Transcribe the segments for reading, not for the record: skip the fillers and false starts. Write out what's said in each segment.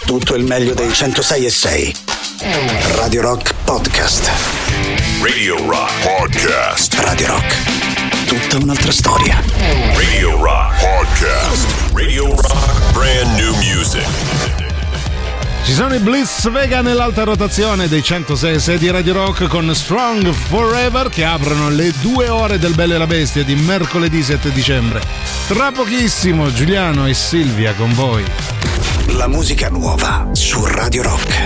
tutto il meglio dei 106.6. Radio Rock Podcast. Radio Rock Podcast. Radio Rock, tutta un'altra storia. Radio Rock Podcast. Radio Rock Brand New Music. Ci sono i Bliss Vega nell'alta rotazione dei 106.6 di Radio Rock con Strong Forever, che aprono le 2 ore del Bello e la Bestia di mercoledì 7 dicembre. Tra pochissimo Giuliano e Silvia con voi. La musica nuova su Radio Rock.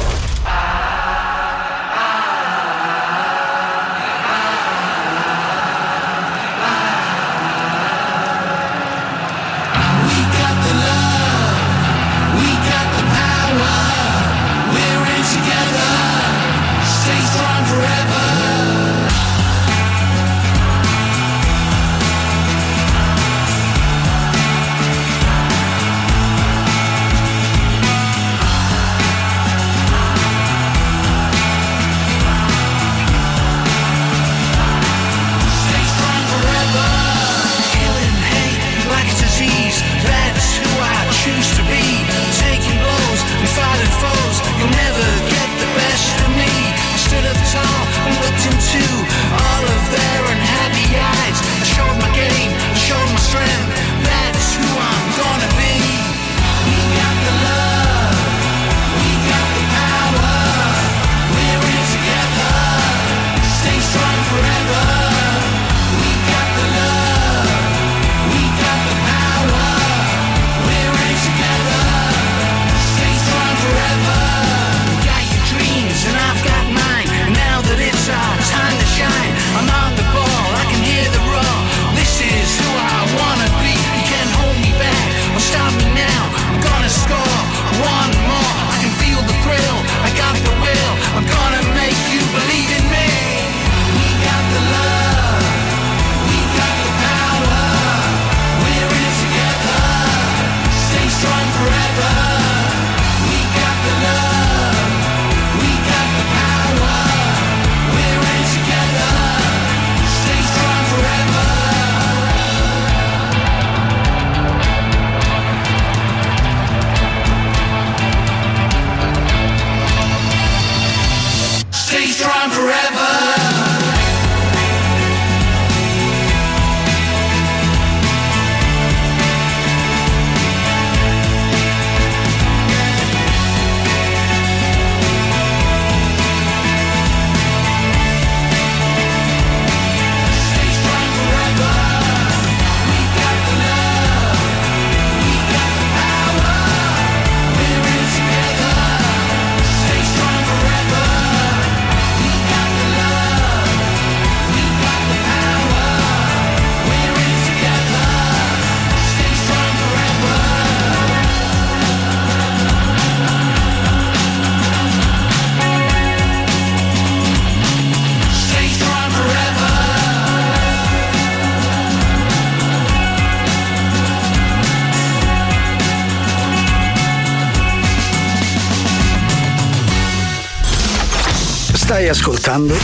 Stai ascoltando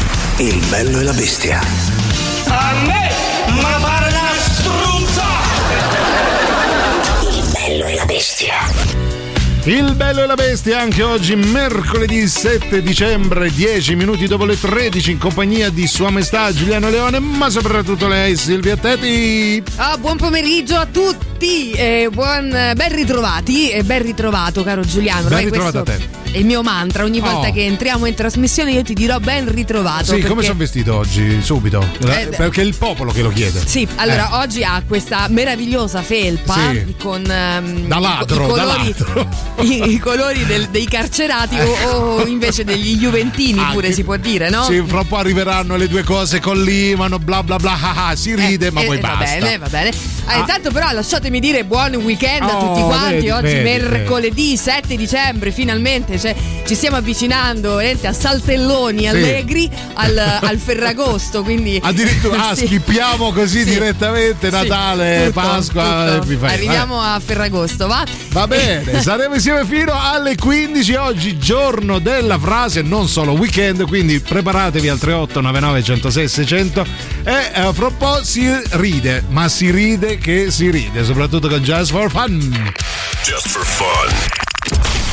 Il Bello e la Bestia. A me, ma pare una struzza! Il Bello e la Bestia. Il Bello e la Bestia anche oggi, mercoledì 7 dicembre, 10 minuti dopo le 13, in compagnia di Sua Maestà Giuliano Leone, ma soprattutto lei, Silvia Teti. Buon pomeriggio a tutti e ben ritrovati e ben ritrovato, caro Giuliano. Ben ritrovato a te. È il mio mantra, ogni volta che entriamo in trasmissione io ti dirò ben ritrovato. Sì, perché... come sono vestito oggi? Subito. Perché è il popolo che lo chiede. Sì, allora oggi ha questa meravigliosa felpa, sì, con da ladro, i colori dei carcerati o invece degli juventini, pure si può dire, no? Sì, fra un po' arriveranno le due cose, collimano, bla bla bla, si ride, ma poi basta. Va bene. Intanto però lasciatemi dire buon weekend a tutti quanti. Oggi mercoledì 7 dicembre, finalmente ci stiamo avvicinando a saltelloni allegri al Ferragosto, quindi addirittura schippiamo così direttamente Natale, tutto, Pasqua tutto. Arriviamo a Ferragosto, va bene. Saremo insieme fino alle 15 oggi, giorno della frase, non solo weekend, quindi preparatevi al 3899 106 600 e fra un po' si ride, ma si ride che si ride, soprattutto con Just for Fun. Just for Fun.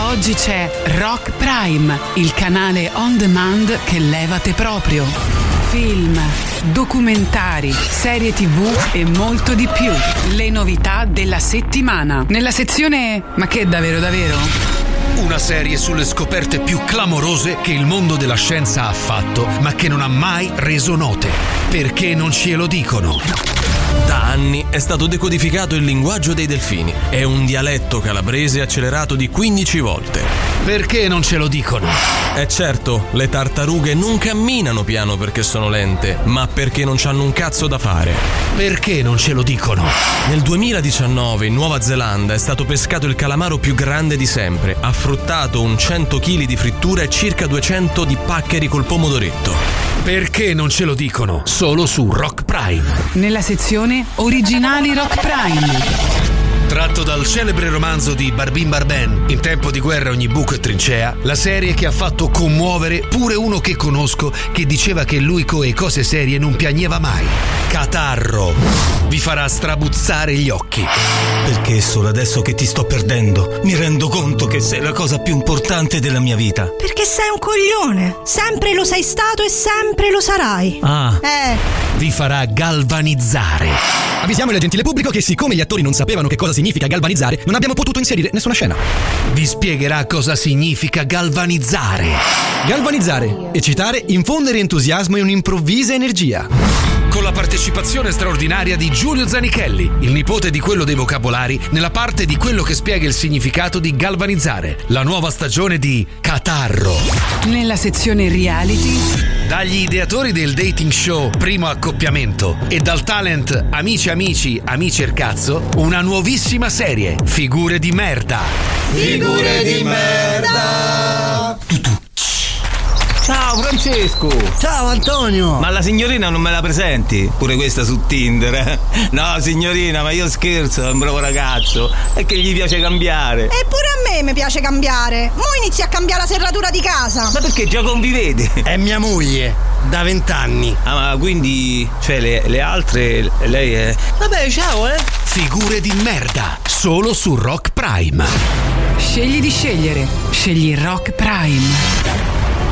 Da oggi c'è Rock Prime, il canale on demand che levate proprio. Film, documentari, serie TV e molto di più. Le novità della settimana. Nella sezione Ma che davvero davvero? Una serie sulle scoperte più clamorose che il mondo della scienza ha fatto, ma che non ha mai reso note. Perché non ce lo dicono? Da anni è stato decodificato il linguaggio dei delfini. È un dialetto calabrese accelerato di 15 volte. Perché non ce lo dicono? Certo, le tartarughe non camminano piano perché sono lente, ma perché non c'hanno un cazzo da fare. Perché non ce lo dicono? Nel 2019 in Nuova Zelanda è stato pescato il calamaro più grande di sempre, affruttato un 100 kg di frittura e circa 200 di paccheri col pomodoretto. Perché non ce lo dicono? Solo su Rock Prime. Nella sezione Originali Rock Prime. Tratto dal celebre romanzo di Barbin Barben, In tempo di guerra ogni buco è trincea, la serie che ha fatto commuovere pure uno che conosco che diceva che lui coi cose serie non piagneva mai. Catarro. Vi farà strabuzzare gli occhi. Perché solo adesso che ti sto perdendo mi rendo conto che sei la cosa più importante della mia vita. Perché sei un coglione. Sempre lo sei stato e sempre lo sarai. Vi farà galvanizzare. Avvisiamo il gentile pubblico che siccome gli attori non sapevano che cosa significa galvanizzare, non abbiamo potuto inserire nessuna scena. Vi spiegherà cosa significa galvanizzare. Galvanizzare, eccitare, infondere entusiasmo e un'improvvisa energia. Con la partecipazione straordinaria di Giulio Zanichelli, il nipote di quello dei vocabolari, nella parte di quello che spiega il significato di galvanizzare. La nuova stagione di Catarro. Nella sezione reality. Dagli ideatori del dating show Primo Accoppiamento e dal talent Amici e Cazzo, una nuovissima serie, Figure di merda. Figure di merda. Ciao Francesco. Ciao Antonio. Ma la signorina non me la presenti? Pure questa su Tinder, eh? No signorina, ma io scherzo, è un bravo ragazzo. È che gli piace cambiare. Eppure a me mi piace cambiare. Mo inizi a cambiare la serratura di casa. Ma perché già convivete? È mia moglie, da 20 anni. Ah, ma quindi, cioè le altre, lei è... Vabbè, ciao, Figure di merda, solo su Rock Prime. Scegli di scegliere. Scegli Rock Prime.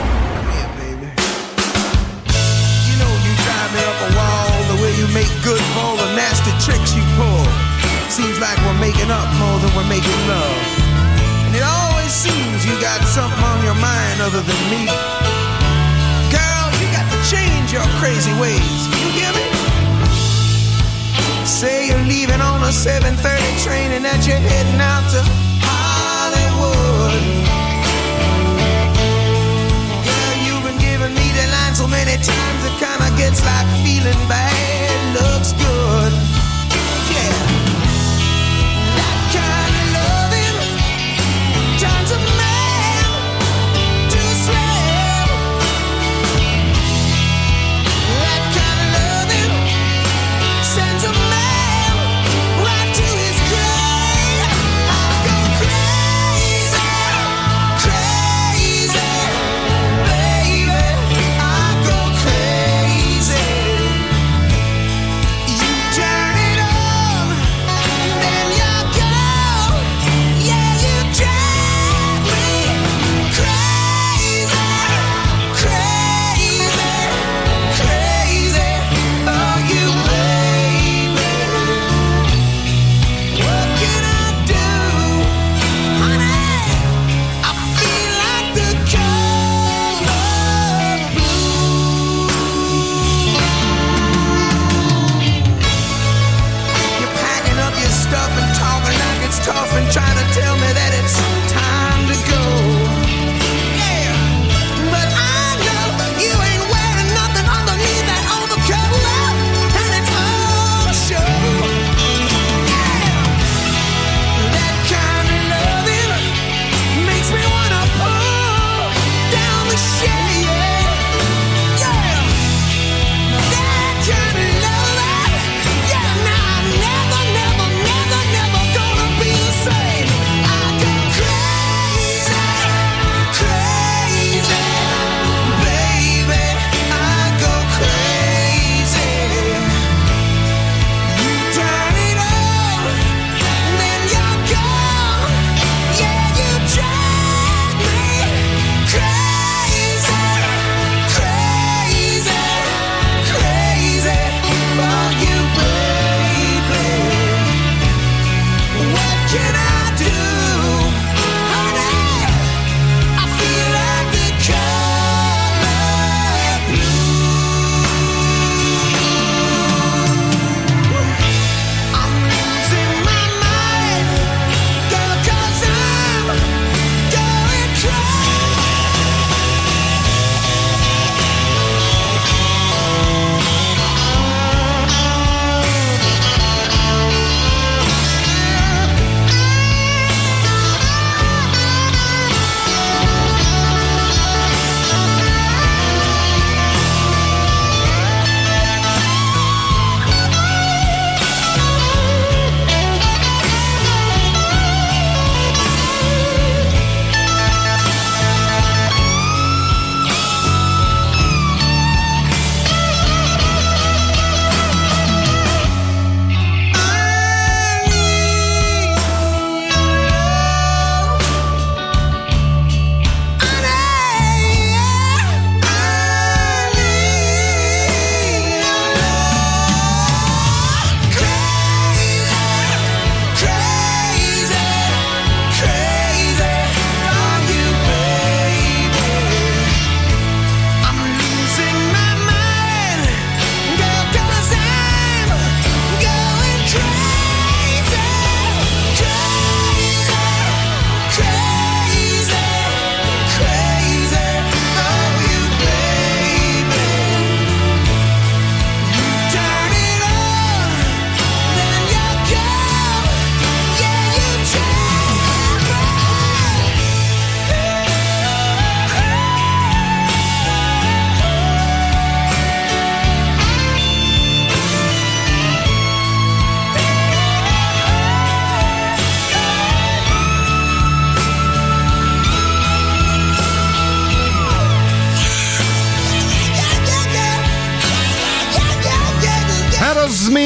You make good for all the nasty tricks you pull. Seems like we're making up more than we're making love. And it always seems you got something on your mind other than me. Girl, you got to change your crazy ways. You hear me? Say you're leaving on a 7:30 train and that you're heading out to Hollywood. Girl, you've been giving me the line so many times it kinda gets like feeling bad. Looks good, yeah. That kind of loving turns a man to a slave. That kind of loving sends a man right to his grave. I go crazy, crazy, baby. I go crazy.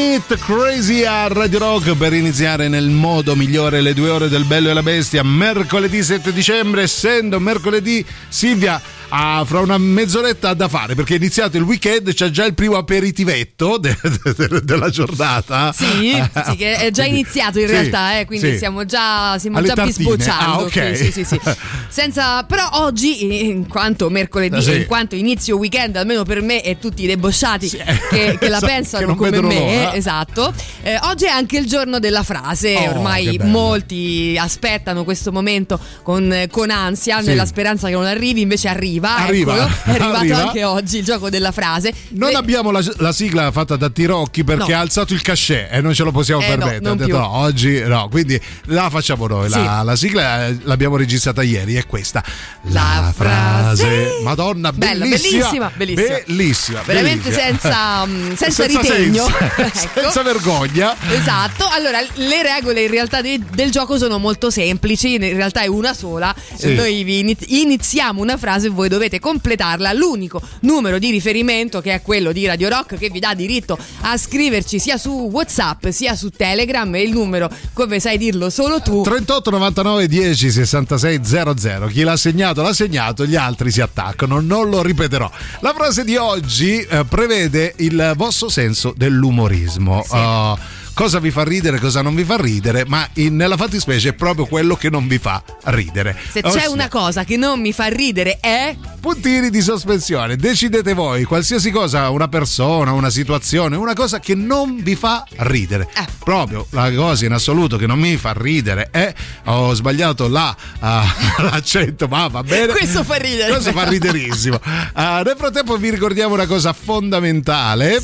Smith, Crazy a Radio Rock per iniziare nel modo migliore le 2 ore del Bello e la Bestia, mercoledì 7 dicembre, essendo mercoledì, Silvia fra una mezz'oretta da fare perché è iniziato il weekend, c'è già il primo aperitivetto della giornata. Sì, che è già iniziato in realtà, quindi stiamo già bisbocciando. Okay. Sì. Senza, però oggi, in quanto mercoledì, in quanto inizio weekend, almeno per me e tutti i debosciati che la pensano che come me, esatto. Oggi è anche il giorno della frase. Ormai molti aspettano questo momento con ansia, nella speranza che non arrivi, invece arriva. Eccolo, è arrivato anche oggi il gioco della frase. Non abbiamo la sigla fatta da Tirocchi perché ha alzato il cachet e non ce lo possiamo permettere. Ha detto oggi no, quindi la facciamo noi. La sigla l'abbiamo registrata ieri, è questa. La frase. Madonna, bellissima. Veramente senza ritegno. Senza vergogna. Esatto. Allora, le regole in realtà del gioco sono molto semplici, in realtà è una sola. Noi vi iniziamo una frase e voi dovete completarla. L'unico numero di riferimento, che è quello di Radio Rock, che vi dà diritto a scriverci sia su WhatsApp sia su Telegram, e il numero, come sai dirlo solo tu, 38 99 10 66 00. Chi l'ha segnato, gli altri si attaccano, non lo ripeterò. La frase di oggi prevede il vostro senso dell'umorismo. Cosa vi fa ridere, cosa non vi fa ridere, ma nella fattispecie è proprio quello che non vi fa ridere. Se c'è una cosa che non mi fa ridere è... puntini di sospensione. Decidete voi, qualsiasi cosa, una persona, una situazione, una cosa che non vi fa ridere. Proprio la cosa in assoluto che non mi fa ridere è... ho sbagliato l'accento, ma va bene. Questo fa ridere. Questo fa riderissimo. Nel frattempo vi ricordiamo una cosa fondamentale.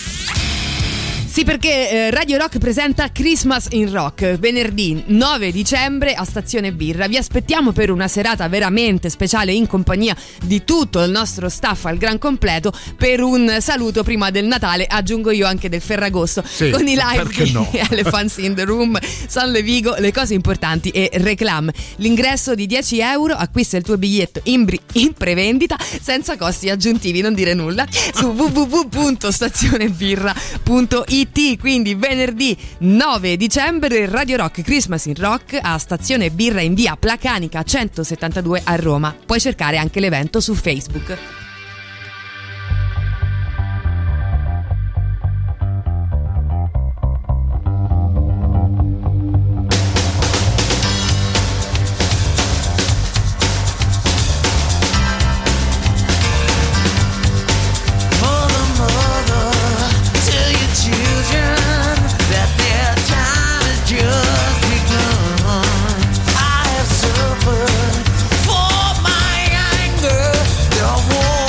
Sì, perché Radio Rock presenta Christmas in Rock venerdì 9 dicembre a Stazione Birra. Vi aspettiamo per una serata veramente speciale in compagnia di tutto il nostro staff al gran completo, per un saluto prima del Natale, aggiungo io anche del Ferragosto, con i live di Elephants in the Room, San Levigo, Le Cose Importanti e Reclam. L'ingresso di 10 euro, acquista il tuo biglietto in prevendita senza costi aggiuntivi, non dire nulla, su www.stazionebirra.it. Quindi venerdì 9 dicembre Radio Rock Christmas in Rock a Stazione Birra in via Placanica 172 a Roma. Puoi cercare anche l'evento su Facebook. For my anger, the war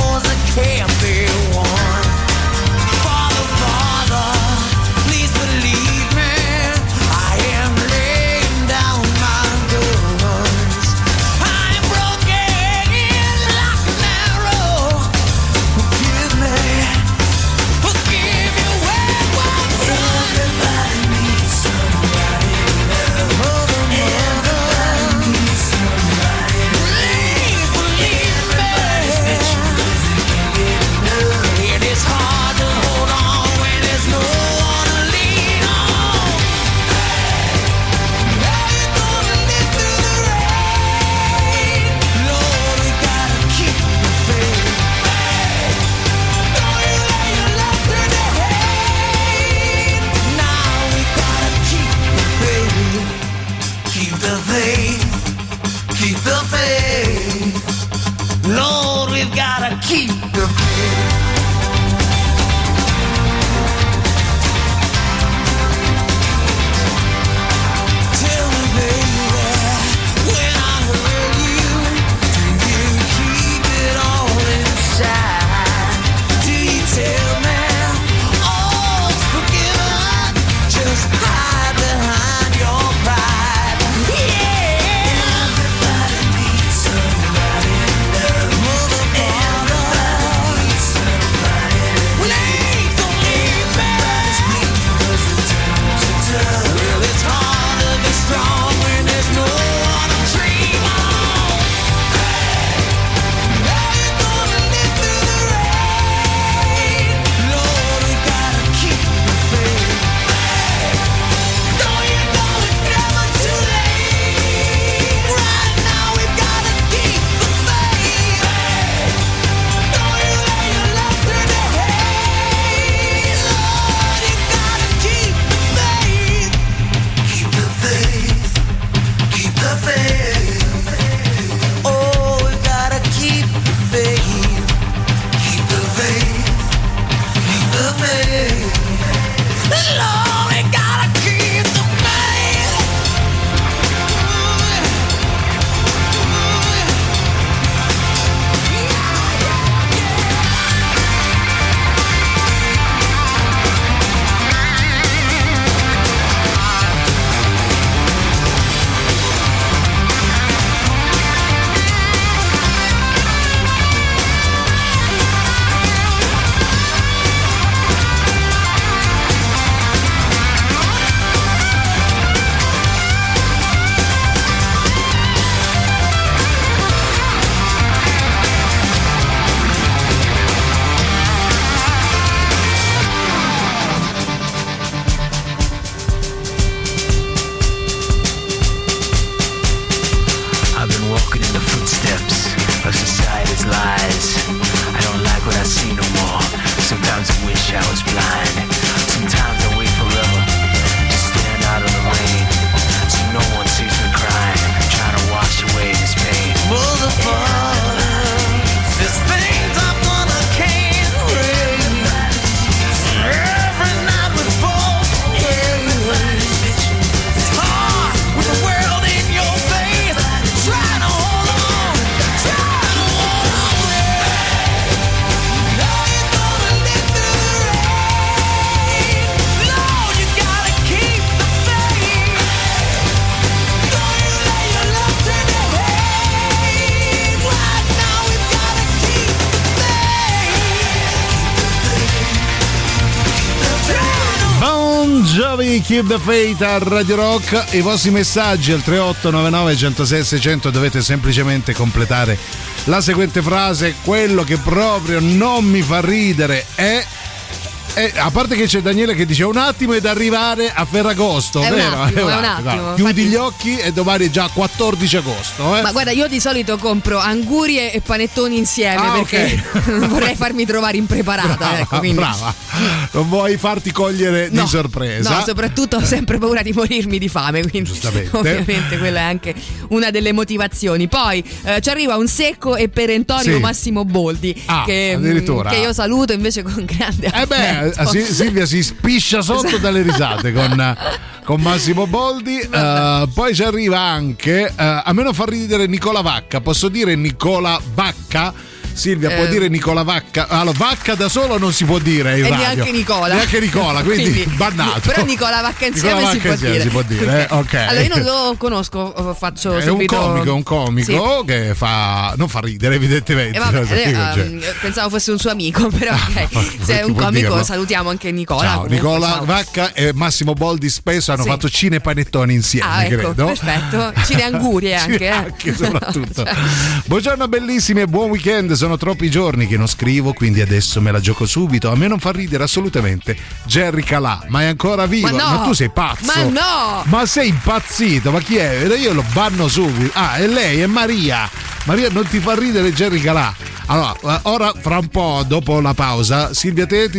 voi Keep the Faith a Radio Rock. I vostri messaggi al 3899 106 600 dovete semplicemente completare la seguente frase: quello che proprio non mi fa ridere è... a parte che c'è Daniele che dice un attimo ed arrivare a Ferragosto, è vero? Un attimo. Chiudi gli occhi e domani è già 14 agosto. Ma guarda, io di solito compro angurie e panettoni insieme perché non vorrei farmi trovare impreparata. Brava, non vuoi farti cogliere di sorpresa. No, soprattutto ho sempre paura di morirmi di fame, quindi ovviamente quella è anche una delle motivazioni. Poi ci arriva un secco e perentorio Massimo Boldi che io saluto invece con grande affetto. Silvia si spiscia sotto dalle risate con Massimo Boldi. Poi ci arriva anche a me non fa ridere Nicola Vacca. Posso dire Nicola Vacca? Silvia, può dire Nicola Vacca? Allora, Vacca da solo non si può dire in radio. Neanche Nicola, quindi bannato. Però Nicola Vacca insieme si può dire. Ok. Allora, io non lo conosco, faccio è subito... un comico che non fa ridere evidentemente. Pensavo fosse un suo amico, però se è un comico dirlo. Salutiamo anche Nicola. Ciao, Nicola Vacca e Massimo Boldi spesso hanno fatto cine panettoni insieme, credo. Perfetto, cine angurie anche. Anche soprattutto. Buongiorno bellissimi e buon weekend. Sono troppi giorni che non scrivo, quindi adesso me la gioco subito. A me non fa ridere assolutamente Jerry Calà, ma è ancora vivo. Ma tu sei pazzo. Ma no! Ma sei impazzito? Ma chi è? Io lo banno subito. È lei, è Maria. Maria, non ti fa ridere Jerry Calà? Allora, ora fra un po', dopo la pausa, Silvia Teti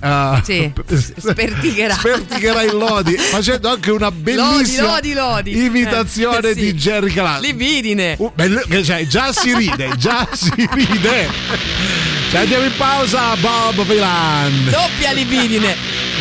sperticherà il Lodi, facendo anche una bellissima imitazione di Jerry Calà. Libidine. Già si ride. Andiamo in pausa, Bob Vilan. Doppia libidine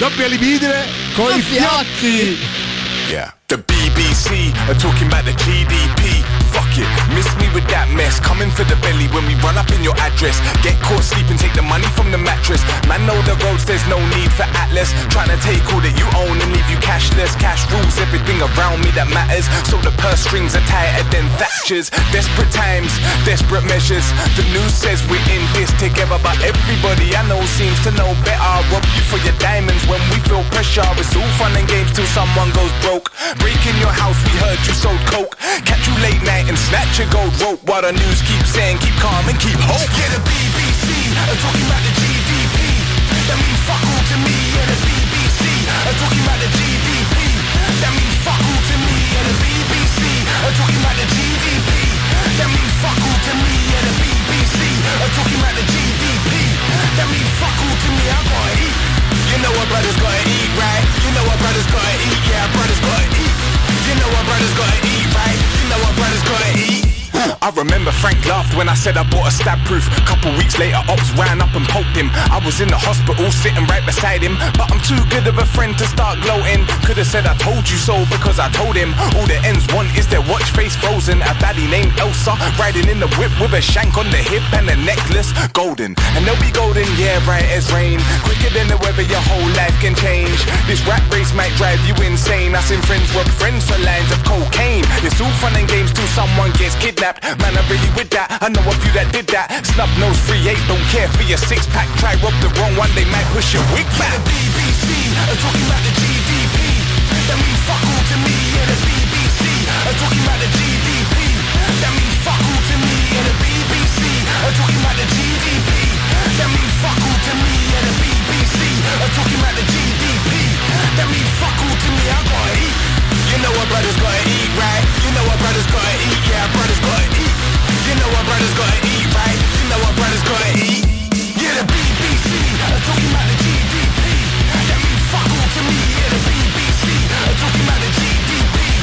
con i fiocchi. Yeah. The BBC are talking about the GDP. Fuck it, miss me with that mess. Coming for the belly when we run up in your address. Get caught sleeping, take the money from the mattress. Man, know the roads, there's no need for Atlas. Trying to take all that you own and leave you cashless. Cash rules everything around me that matters. So the purse strings are tighter than Thatcher's. Desperate times, desperate measures. The news says we're in this together, but everybody I know seems to know better. Rob you for your diamonds when we feel pressure. It's all fun and games till someone goes broke. Break in your house, we heard you sold coke. Catch you late night and snatch your gold rope. While the news keeps saying keep calm and keep hope. Yeah, the BBC are talking about the GDP. That means fuck all to me. Yeah, the BBC are talking about the GDP. That means fuck all to me. Yeah, the BBC are talking about the GDP. That means fuck all to me. Yeah, the BBC are talking about the GDP. That means fuck all to me. I gotta eat. You know our brothers gotta eat, right? You know our brothers gotta eat. Yeah, our brothers gotta eat. You know our brothers gotta eat, right? You know our brothers gotta eat. I remember Frank laughed when I said I bought a stab proof. Couple weeks later, ops ran up and poked him. I was in the hospital sitting right beside him, but I'm too good of a friend to start gloating. Could've said I told you so because I told him. All the ends want is their watch face frozen. A baddie named Elsa riding in the whip with a shank on the hip and a necklace golden. And they'll be golden, yeah, right as rain. Quicker than the weather, your whole life can change. This rat race might drive you insane. I seen friends rob friends for lines of cocaine. It's all fun and games till someone gets kidnapped. Man, I'm really with that. I know a few that did that. Snub nose 3-8, don't care for your six-pack. Try rob the wrong one, they might push your wig back. The BBC are talking about the GDP. That means fuck all to me. Yeah, the BBC are talking about the GDP. That means fuck all to me. Yeah, the BBC are talking about the GDP. That means fuck all to me. Yeah, the BBC are talking about the GDP. That means fuck all to me. I gotta eat. You know our brothers gotta eat, right? You know our brothers gotta eat, yeah, our brothers gotta eat. You know our brothers gotta eat, right? You know our brothers gotta eat. Yeah, the BBC are talking about the GDP. That means fuck all to me, yeah, the BBC are talking about the GDP.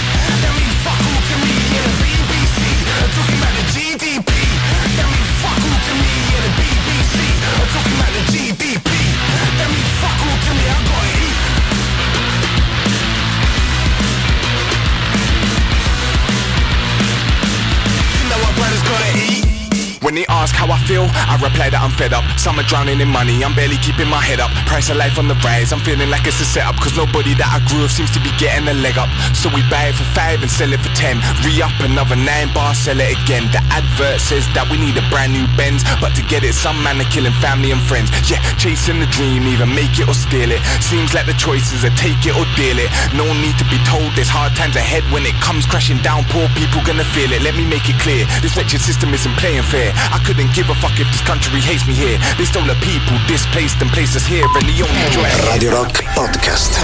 When they ask how I feel, I reply that I'm fed up. Some are drowning in money, I'm barely keeping my head up. Price of life on the rise, I'm feeling like it's a setup. Cause nobody that I grew with seems to be getting a leg up. So we buy it for 5 and sell it for 10. Re-up another 9 bar, sell it again. The advert says that we need a brand new Benz, but to get it some man are killing family and friends. Yeah, chasing the dream, either make it or steal it. Seems like the choices are take it or deal it. No need to be told there's hard times ahead. When it comes crashing down, poor people gonna feel it. Let me make it clear, this wretched system isn't playing fair. I couldn't give a fuck if this country hates me here. They stole the people, displaced and placed us here, and the only joy. Radio Rock Podcast.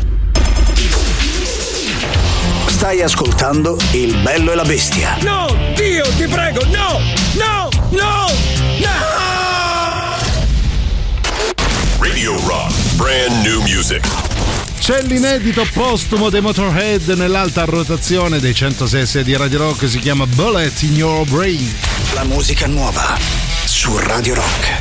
Stai ascoltando Il Bello e la Bestia. No, Dio, ti prego, no, no, no, no! Radio Rock, brand new music. C'è l'inedito postumo dei Motorhead nell'alta rotazione dei 106 di Radio Rock, si chiama Bullet in Your Brain. La musica nuova su Radio Rock.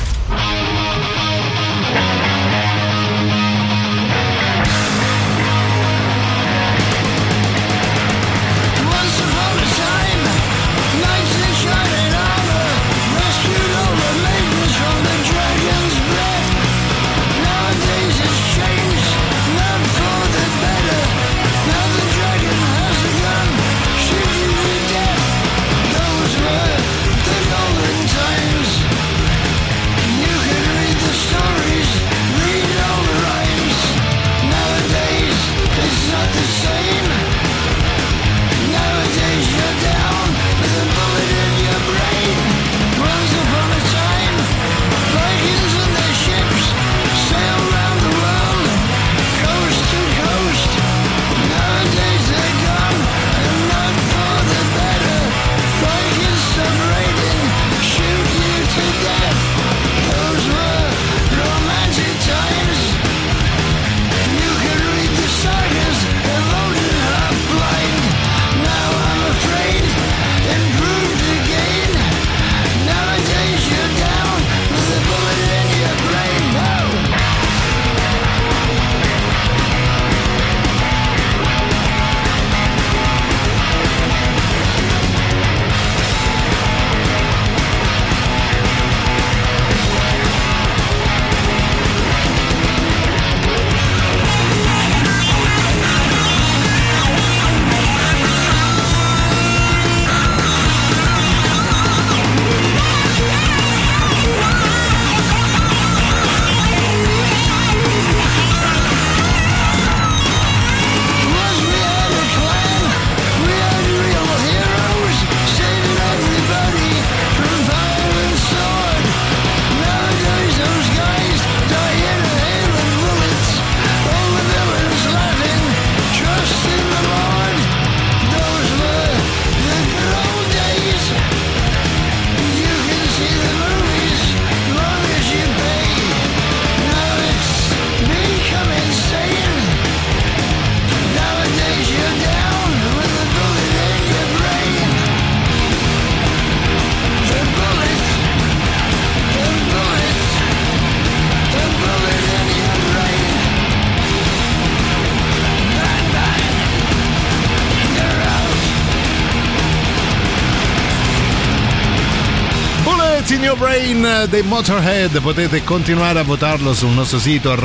In Your Brain dei Motorhead. Potete continuare a votarlo sul nostro sito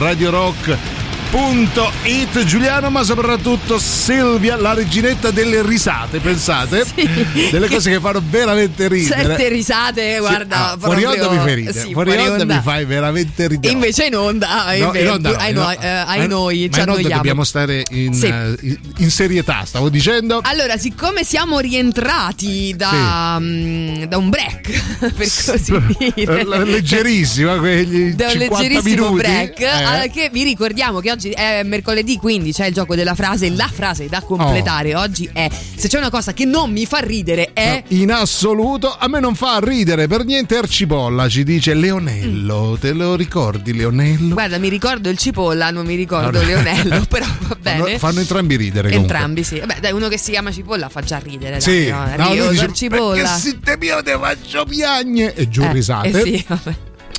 radiorock.it. Giuliano, ma soprattutto Silvia, la reginetta delle risate, pensate? Sì. Delle cose che fanno veramente ridere. Certe risate, guarda, sì. Fuori onda mi fai ridere. Sì, fuori onda mi fai veramente ridere. Invece in onda, noi ci annoiamo. Dobbiamo stare in serietà, stavo dicendo. Allora, siccome siamo rientrati da un break, per così dire, leggerissimo, quegli da un 50 leggerissimo minuti, break, che vi ricordiamo che oggi è mercoledì, quindi c'è il gioco della frase. La frase da completare oggi è: se c'è una cosa che non mi fa ridere è... In assoluto a me non fa ridere per niente Ercipolla, ci dice Leonello. Te lo ricordi Leonello? Guarda, mi ricordo il Cipolla, non mi ricordo Leonello, però va bene. Fanno entrambi ridere comunque. Entrambi, sì. Vabbè, dai, uno che si chiama Cipolla fa già ridere. Sì, dai, no? Io dice, Cipolla. Perché se te mio te faccio piagne e giù risate. Sì, vabbè.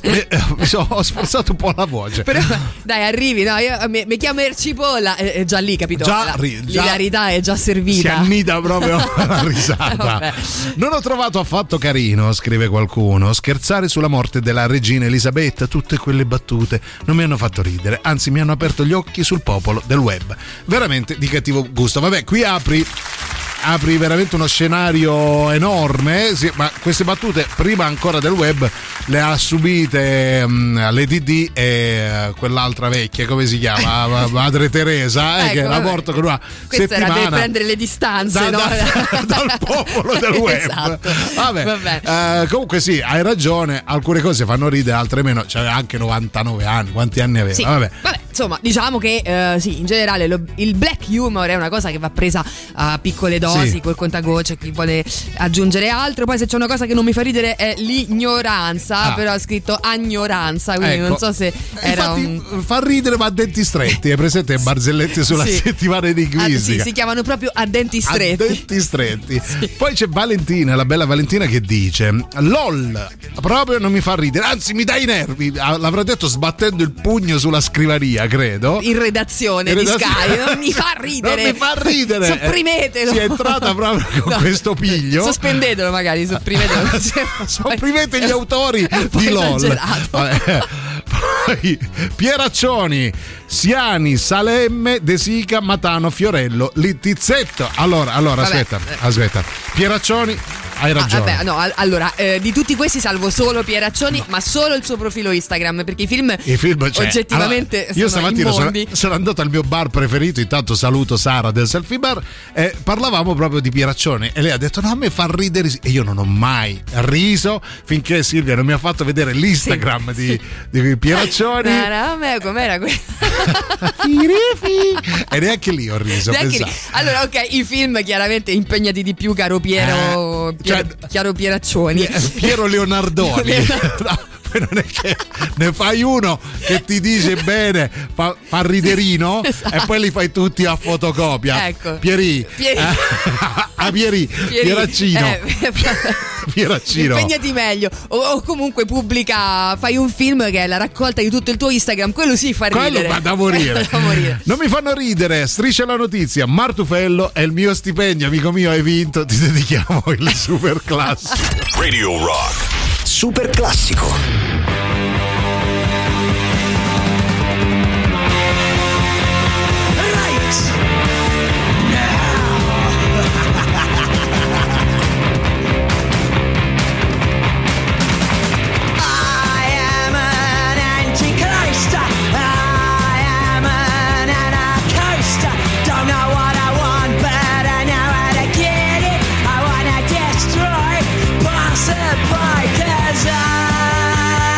Ho sforzato un po' la voce. Però dai, arrivi, no? Mi chiamo Ercipolla, è già lì, capito? L'ilarità è già servita. Si annida proprio la risata. Non ho trovato affatto carino, scrive qualcuno, scherzare sulla morte della regina Elisabetta. Tutte quelle battute non mi hanno fatto ridere, anzi mi hanno aperto gli occhi sul popolo del web. Veramente di cattivo gusto. Vabbè, qui apri veramente uno scenario enorme, sì, ma queste battute prima ancora del web le ha subite Lady D e quell'altra vecchia, come si chiama? Madre Teresa, che era morta con una settimana. Questa era per prendere le distanze dal popolo del web. Esatto. Vabbè. Comunque sì, hai ragione, alcune cose fanno ridere, altre meno. C'aveva anche 99 anni, quanti anni aveva? Sì. Vabbè, insomma, diciamo che sì, in generale il black humor è una cosa che va presa a piccole dosi. Col contagocce, chi vuole aggiungere altro. Poi se c'è una cosa che non mi fa ridere è l'ignoranza, però ha scritto agnoranza, quindi non so se era fa ridere ma a denti stretti. È presente barzellette sulla settimana linguistica? Sì, si chiamano proprio a denti stretti. A denti stretti. Poi c'è Valentina, la bella Valentina, che dice: LOL, proprio non mi fa ridere, anzi mi dai i nervi. L'avrà detto sbattendo il pugno sulla scrivania, credo, in redazione di Sky. Non mi fa ridere, non mi fa ridere. Sopprimetelo. Si è entrata proprio con questo piglio. Sospendetelo, magari, sopprimetelo. Sopprimete gli autori di LOL. Poi Pieraccioni, Siani, Salemme, De Sica, Matano, Fiorello, Littizzetto. Allora, aspetta. Pieraccioni, hai ragione. Allora, di tutti questi salvo solo Pieraccioni, ma solo il suo profilo Instagram, perché i film oggettivamente io sono stamattina sono andato al mio bar preferito, intanto saluto Sara del Selfie Bar, e parlavamo proprio di Pieraccioni e lei ha detto: no, a me fa ridere, e io non ho mai riso finché Silvia non mi ha fatto vedere l'Instagram di Pieraccioni. Com'era e neanche lì ho riso. Allora, ok, i film chiaramente impegnati di più, caro Piero Pieraccioni, Piero Leonardoni. Non è che ne fai uno che ti dice bene, fa riderino, esatto, e poi li fai tutti a fotocopia. Ecco. Pieraccino. Impegnati meglio. O comunque fai un film che è la raccolta di tutto il tuo Instagram, quello sì fa ridere. Quello va da morire. Non mi fanno ridere. Striscia la notizia: Martufello è il mio stipendio, amico mio, hai vinto, ti dedichiamo il super classico. Radio Rock Super classico. Cause I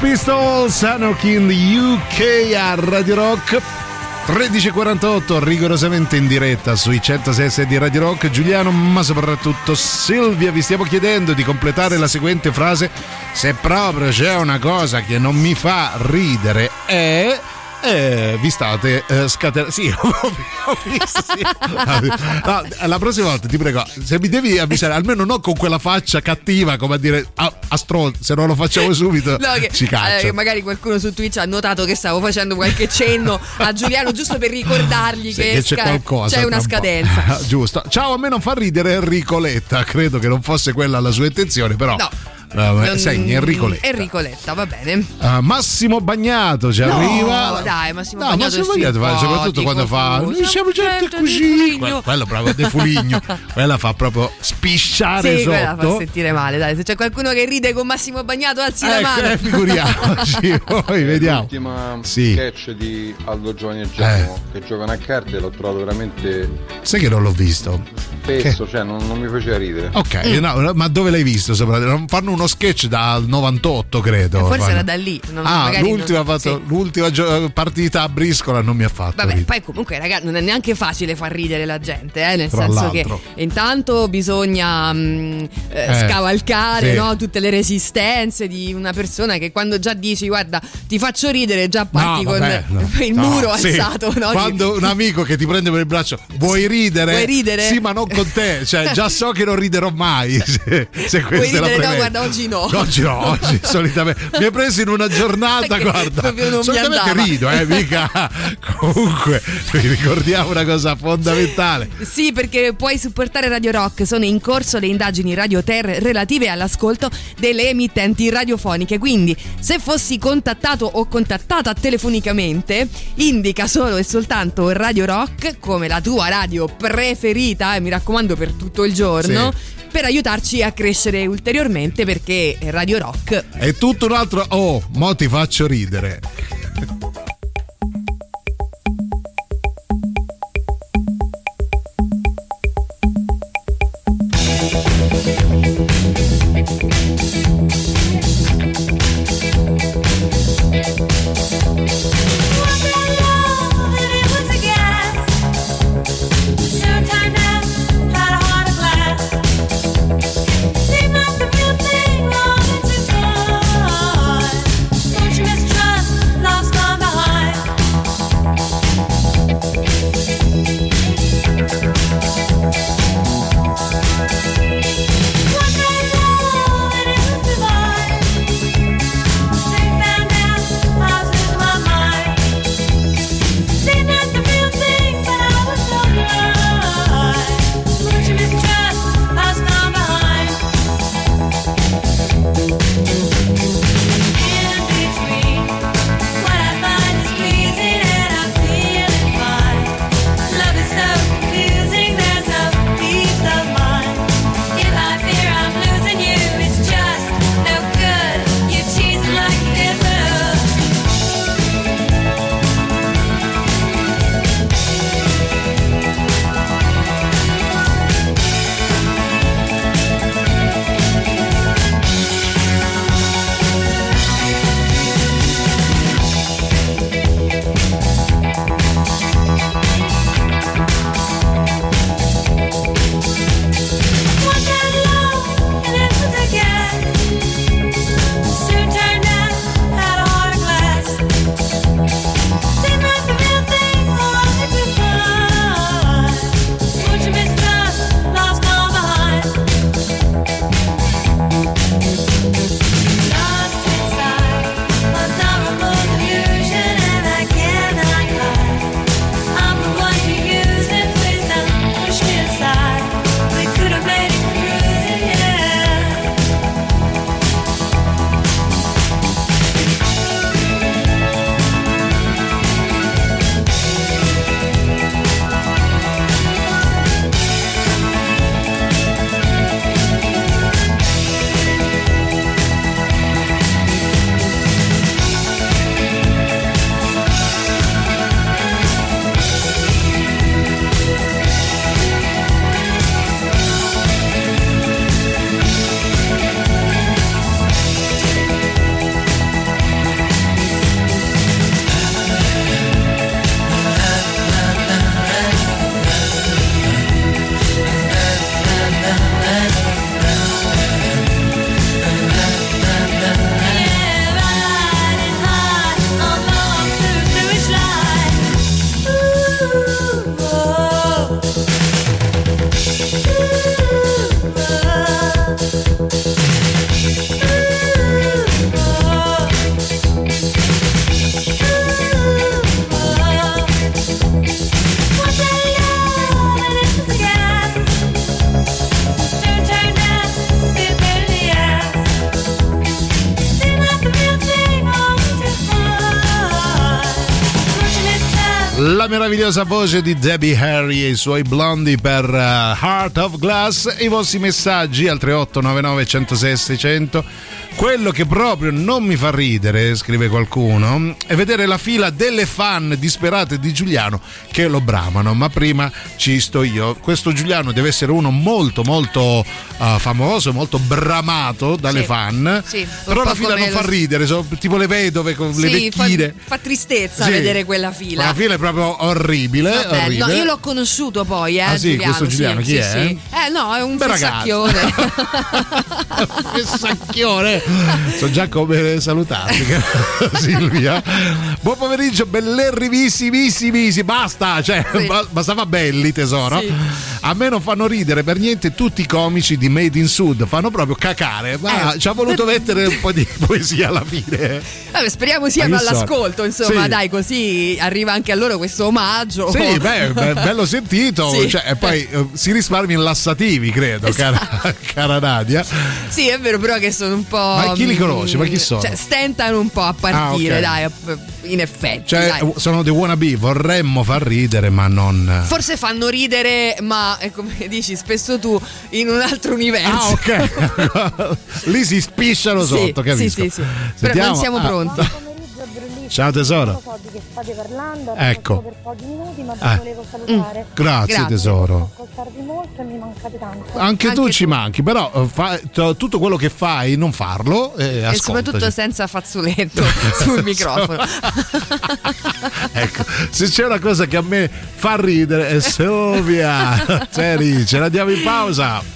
Pistols, Anarchy in the UK a Radio Rock. 13.48, rigorosamente in diretta sui 106 di Radio Rock. Giuliano, ma soprattutto Silvia, vi stiamo chiedendo di completare la seguente frase. Se proprio c'è una cosa che non mi fa ridere vi state scatenando. Sì, ho visto. Sì. No, la prossima volta ti prego, se mi devi avvisare, almeno non con quella faccia cattiva come a dire a stronzo, se non lo facciamo subito ci caccia. Magari qualcuno su Twitch ha notato che stavo facendo qualche cenno a Giuliano giusto per ricordargli che c'è qualcosa, c'è una scadenza. Giusto. Ciao, a me non fa ridere Enrico Letta, credo che non fosse quella la sua intenzione, però no. Segni Enrico Letta, va bene. Massimo Bagnato ci arriva. Dai, Massimo Bagnato fa, soprattutto quando fa noi siamo gente così. Quello proprio De Fuligno. Quella fa proprio spisciare sotto. Quella fa sentire male. Dai, se c'è qualcuno che ride con Massimo Bagnato, alzi la mano. Figuriamoci. Poi vediamo. L'ultima sketch di Aldo Giovanni e Giacomo che giocano a carte l'ho trovato veramente. Sai che non l'ho visto? Spesso, cioè non mi faceva ridere. Ok, no, ma dove l'hai visto? Non fanno uno sketch dal 98, credo. Forse era da lì. L'ultima partita a briscola non mi ha fatto ridere. Poi comunque ragazzi non è neanche facile far ridere la gente, nel senso che intanto bisogna scavalcare no, tutte le resistenze di una persona che quando già dici guarda ti faccio ridere già parti il muro alzato. No? Quando un amico che ti prende per il braccio vuoi ridere? Sì, ma non con te, cioè già so che non riderò mai se questa è la premessa. No, guarda, oggi no, oggi solitamente mi hai preso in una giornata, guarda, solitamente rido, mica. Comunque vi ricordiamo una cosa fondamentale. Sì, perché puoi supportare Radio Rock, sono in corso le indagini Radio Ter relative all'ascolto delle emittenti radiofoniche, quindi se fossi contattato o contattata telefonicamente indica solo e soltanto Radio Rock come la tua radio preferita, mi raccomando per tutto il giorno, per aiutarci a crescere ulteriormente, perché Radio Rock è tutto un altro. Mo ti faccio ridere. Don't you mistrust La meravigliosa voce di Debbie Harry e i suoi blondi per Heart of Glass. I vostri messaggi al 3899 106 600. Quello che proprio non mi fa ridere, scrive qualcuno, è vedere la fila delle fan disperate di Giuliano che lo bramano. Ma prima ci sto io. Questo Giuliano deve essere uno molto molto famoso, molto bramato dalle fan. Sì, però la fila non fa ridere, sono tipo le vedove con le vecchine. Fa tristezza vedere quella fila. La fila è proprio orribile. Vabbè, orribile. No, io l'ho conosciuto poi, sì, Giuliano, questo Giuliano, chi è? Sì. No, è un fessacchione. Fessacchione. So già come salutarti, Silvia. Buon pomeriggio, bellerrivissimissimi. Basta, cioè, bastava belli, tesoro. Sì. A me non fanno ridere per niente tutti i comici di Made in Sud, fanno proprio cacare. Ma ci ha voluto mettere un po' di poesia alla fine. Vabbè, speriamo siano all'ascolto, insomma, sì. Dai, così arriva anche a loro questo omaggio. Sì, bello sentito. Sì. Cioè, e poi si risparmia in lassativi, credo, cara Nadia. Sì, è vero, però che sono un po'. Ma chi li conosci? Ma chi sono? Cioè, stentano un po' a partire, okay. Dai, in effetti. Cioè, dai. Sono dei wannabe, vorremmo far ridere, ma non. Forse fanno ridere, ma come dici spesso tu, in un altro universo. Ok. Lì si spisciano sotto, capisco. Sì. Però non siamo pronti. Ciao tesoro. Non so di che state parlando, ecco. Per pochi minuti, ma vi volevo salutare. Grazie tesoro. Ascoltarvi molto e mi mancate tanto. Anche tu ci manchi, però tutto quello che fai non farlo e soprattutto senza fazzoletto sul microfono. Ecco, se c'è una cosa che a me fa ridere è Silvia. Ce la diamo in pausa.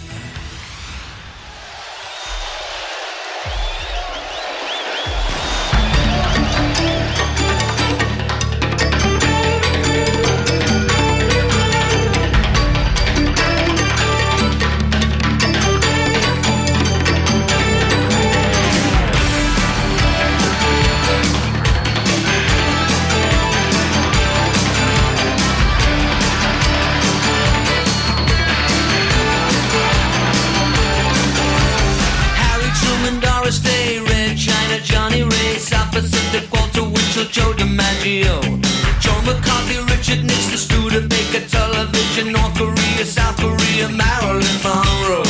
Joe DiMaggio, Joe McCarthy, Richard Nixon, Studebaker, television, North Korea, South Korea, Marilyn Monroe.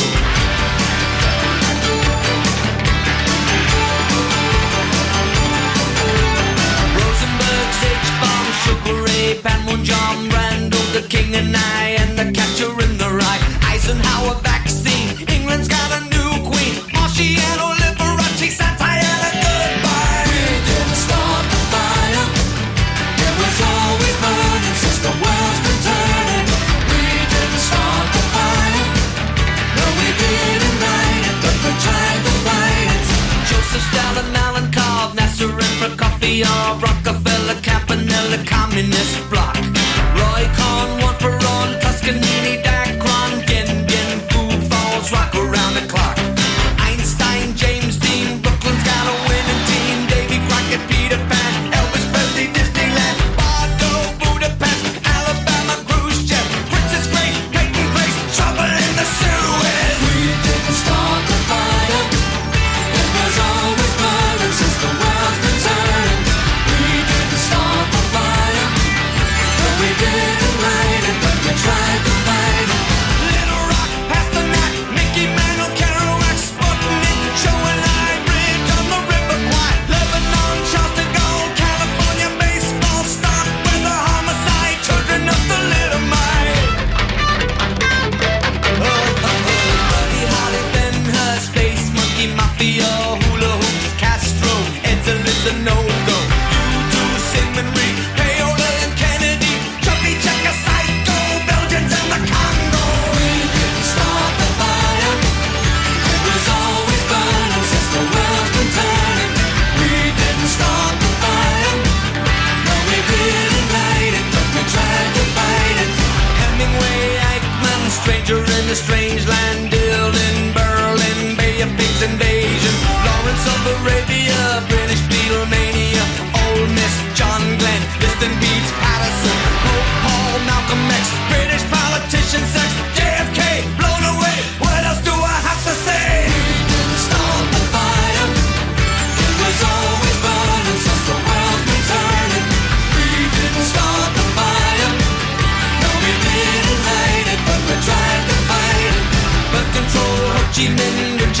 Rosenberg, H-Bomb, Sugar Ray, Panmunjom, Randall, the King and I, and the Catcher in the Rye. Eisenhower vaccine, England's got a new queen, Marciano, Liberace, Santayana, goodbye. We didn't start the fire, it was always burning since the world's been turning. We didn't start the fire, no we didn't light it, but we tried to fight it. Joseph Stalin, Alan Cobb, Nasser and Prokofiev, Rockefeller, Campanella, Communist Bloc. Roy Cohn, Juan Perón, Toscanini, Dacron, Gin, Food Falls, rock around the clock. Einstein, James Dean, Brooklyn's got a winning team. Davy Crockett, Peter Pan, Elvis Presley, Disneyland, Bardo, Budapest, Alabama, Khrushchev, Princess Grace, Peyton Place, trouble in the Suez. We didn't start the fire, it was always burning since the world's been turning. We didn't start the fire, but we didn't light it, but we tried to fight it.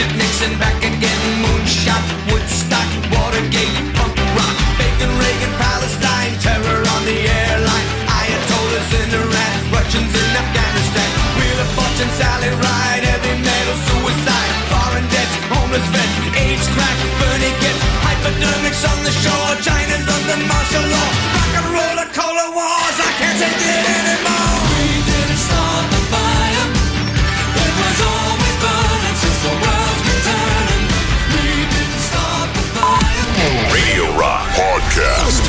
Nixon back again, moonshot, Woodstock, Watergate, punk rock, Bacon, Reagan, Palestine, terror on the airline, Ayatollahs in Iran, Russians in Afghanistan, Wheel of Fortune, Sally Ride, heavy metal, suicide, foreign debts, homeless vets, AIDS, crack, Bernie gets, hypodermics on the shore, China's under martial law, rock and roll, cola wars, I can't take it anymore. We didn't start the fire, it was always burning since the world's been turning. We didn't start the fire. Radio Rock Podcast.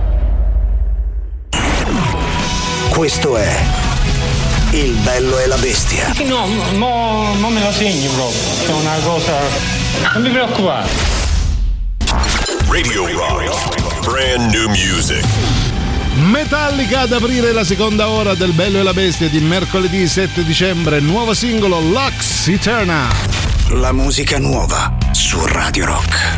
Questo è Il Bello e la Bestia. No, mo me lo segni proprio. È una cosa. Non mi preoccupare. Radio Rock. Brand new music. Metallica ad aprire la seconda ora del Bello e la Bestia di mercoledì 7 dicembre. Nuovo singolo Lux Eterna. La musica nuova su Radio Rock.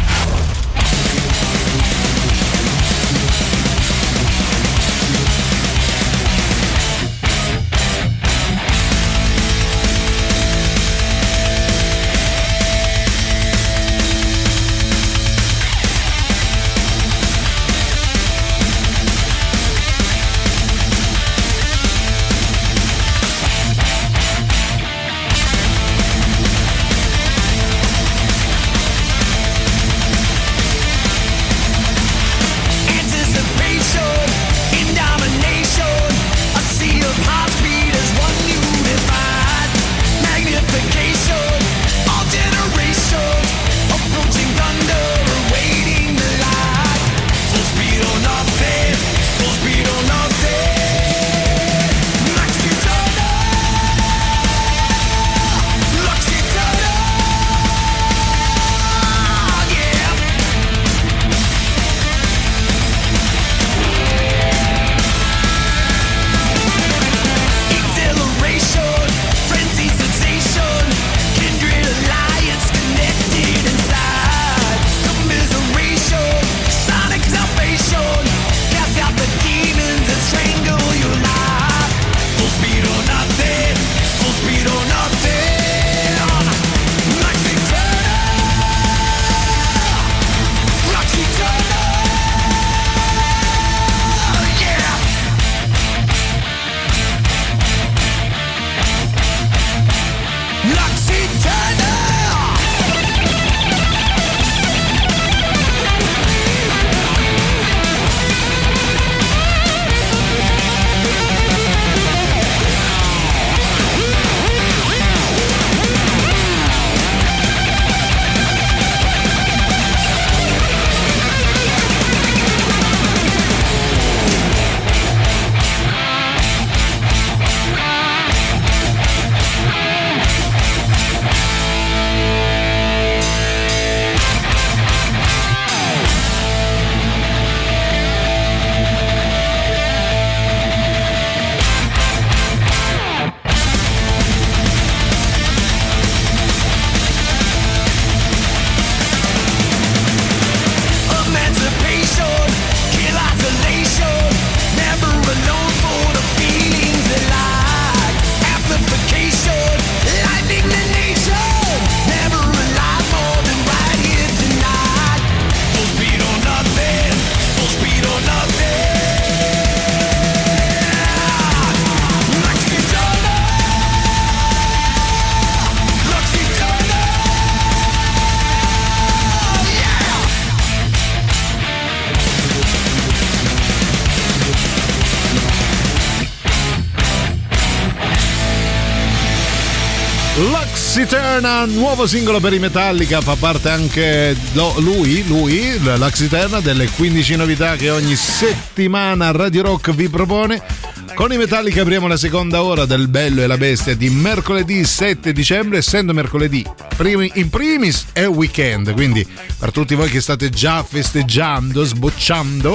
Lux Eterna, nuovo singolo per i Metallica, fa parte anche lui, Lux Eterna, delle 15 novità che ogni settimana Radio Rock vi propone. Con i Metallica apriamo la seconda ora del Bello e la Bestia di mercoledì 7 dicembre, essendo mercoledì in primis è weekend, quindi per tutti voi che state già festeggiando, sbocciando,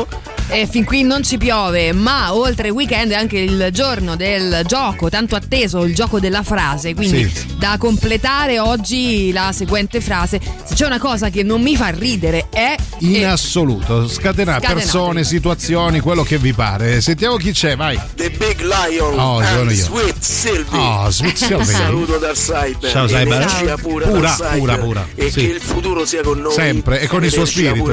E fin qui non ci piove, ma oltre il weekend è anche il giorno del gioco tanto atteso, il gioco della frase, quindi da completare oggi la seguente frase. Se c'è una cosa che non mi fa ridere è in assoluto scatenare persone, situazioni, quello che vi pare. Sentiamo chi c'è, vai. The Big Lion and Sweet Sylvie. Sweet Sylvie. Saluto dal Cyber. Ciao Cyber. Energia pura. E che il futuro sia con noi sempre e con il suo spirito.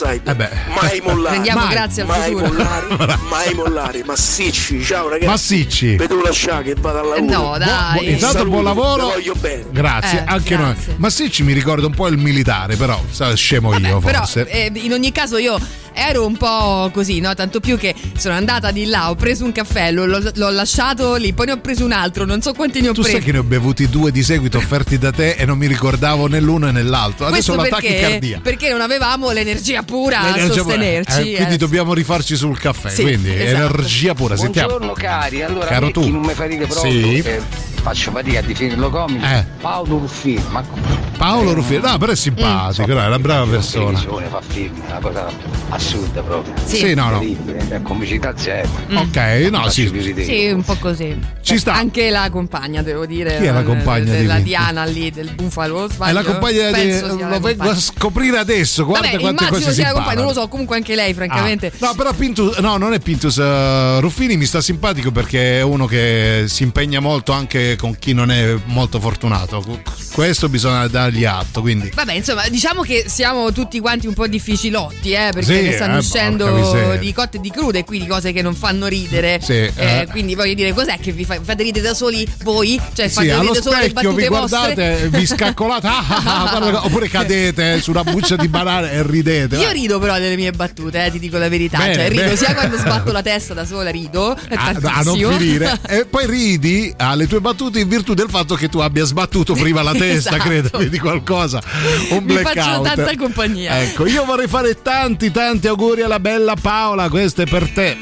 Mai mollare. Rendiamo grazie al futuro. Mai mollare. Massicci, ciao ragazzi. Massicci. Vedo lasciare che vada al lavoro. No, dai. Intanto buon lavoro. Voglio bene. Grazie, anche noi. Massicci mi ricorda un po' il militare, però scemo io forse. Però in ogni caso io ero un po' così, no? Tanto più che sono andata di là, ho preso un caffè, l'ho lasciato lì, poi ne ho preso un altro, non so quanti ne ho presi. Tu sai che ne ho bevuti 2 di seguito offerti da te e non mi ricordavo né l'uno né l'altro. Adesso ho la tachicardia. Perché non avevamo l'energia pura a sostenerci. Quindi dobbiamo rifarci sul caffè, sì, quindi energia pura. Buongiorno cari, allora Caro tu. non mi fa ridere proprio, faccio fatica a definirlo comico. Paolo Ruffini, Paolo Ruffini, no, però è simpatico, è una brava persona. Fa film, una cosa assurda proprio. Sì, no. Comicità zero. Ok, no, sì, un po' così. Ci sta. Anche la compagna, devo dire. Chi è la compagna della Diana lì del Bufalo? È la compagna lo vengo a scoprire adesso. Guarda quante cose si imparano. Non lo so, comunque anche lei, francamente. No, però Pintus, no, non è Pintus. Ruffini mi sta simpatico perché è uno che si impegna molto anche con chi non è molto fortunato. Questo bisogna dargli atto, quindi. Vabbè, insomma, diciamo che siamo tutti quanti un po' difficilotti, perché ne stanno uscendo di cotte e di crude, e quindi cose che non fanno ridere. Quindi voglio dire, cos'è che vi fate ridere da soli voi? Cioè, fate ridere solo le battute vi guardate, vostre? Vi scaccolate, oppure cadete su una buccia di banana e ridete. Io rido però delle mie battute, ti dico la verità. Bene, rido sia quando sbatto la testa da sola, rido a non finire, e poi ridi alle tue battute in virtù del fatto che tu abbia sbattuto prima la testa, credo, vedi qualcosa, un blackout. Mi faccio tanta compagnia. Ecco, io vorrei fare tanti auguri alla bella Paola, questo è per te.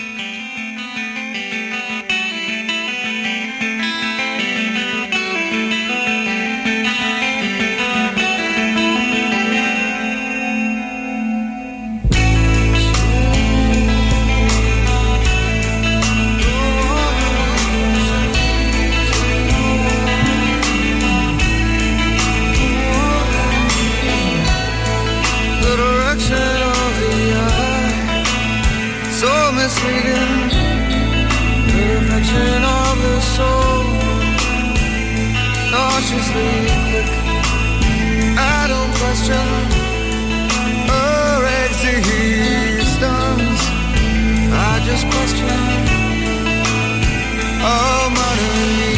Misleading, the reflection of the soul, cautiously quick. I don't question her existence. I just question all money.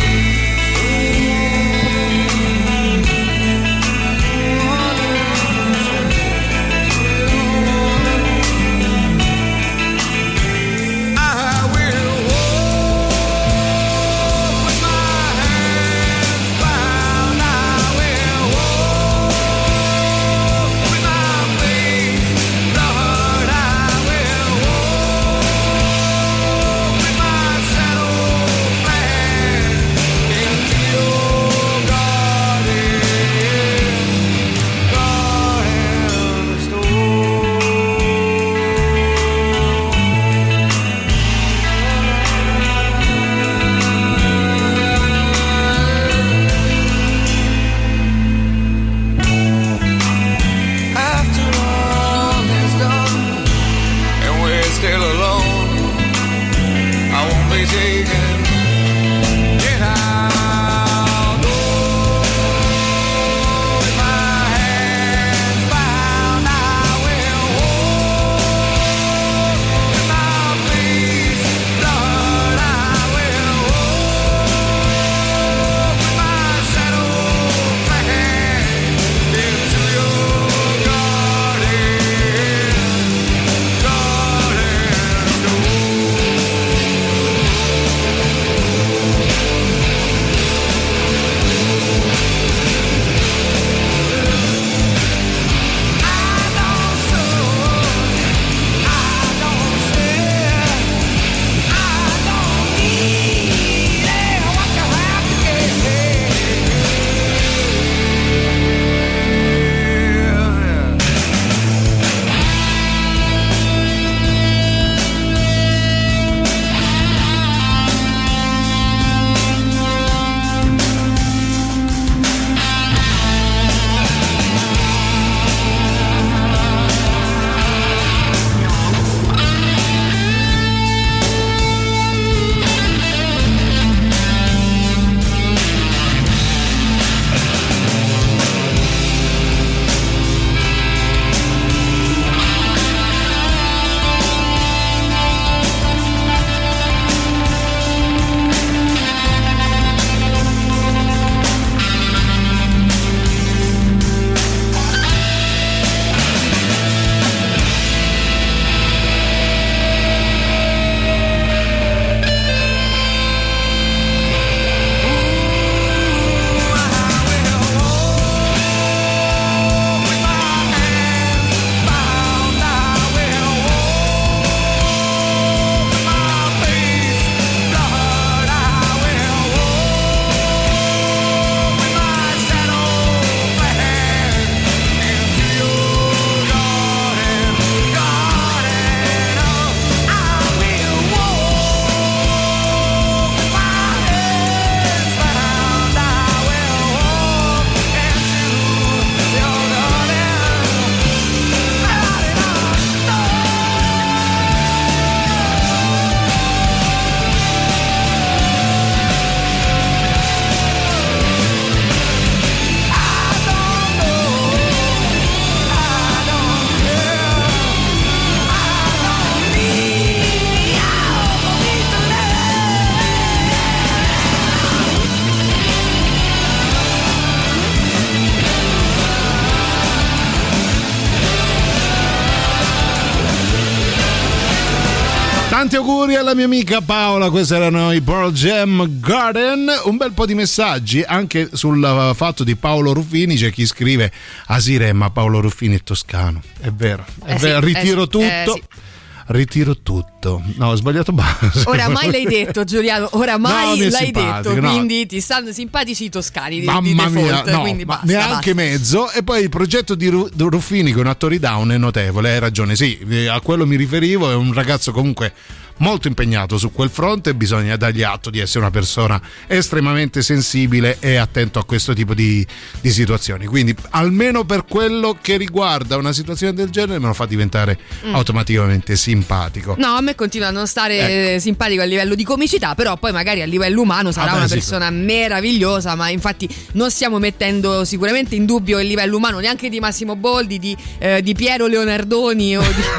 Tanti auguri alla mia amica Paola, questi erano i Pearl Jam Garden. Un bel po' di messaggi anche sul fatto di Paolo Ruffini. C'è chi scrive: Asire, ma Paolo Ruffini è toscano. È vero, ritiro tutto. Sì. Ritiro tutto. No, ho sbagliato base. Oramai l'hai detto, Giuliano. Oramai l'hai detto. No. Quindi ti stanno simpatici i toscani. Mamma mia, no, quindi basta, neanche mezzo. E poi il progetto di Ruffini con attori down è notevole. Hai ragione, sì, a quello mi riferivo. È un ragazzo comunque molto impegnato su quel fronte, bisogna dargli atto di essere una persona estremamente sensibile e attento a questo tipo di situazioni, quindi almeno per quello che riguarda una situazione del genere me lo fa diventare automaticamente simpatico. No, a me continua a non stare simpatico a livello di comicità, però poi magari a livello umano sarà una persona meravigliosa, ma infatti non stiamo mettendo sicuramente in dubbio il livello umano neanche di Massimo Boldi, di Piero Leonardoni o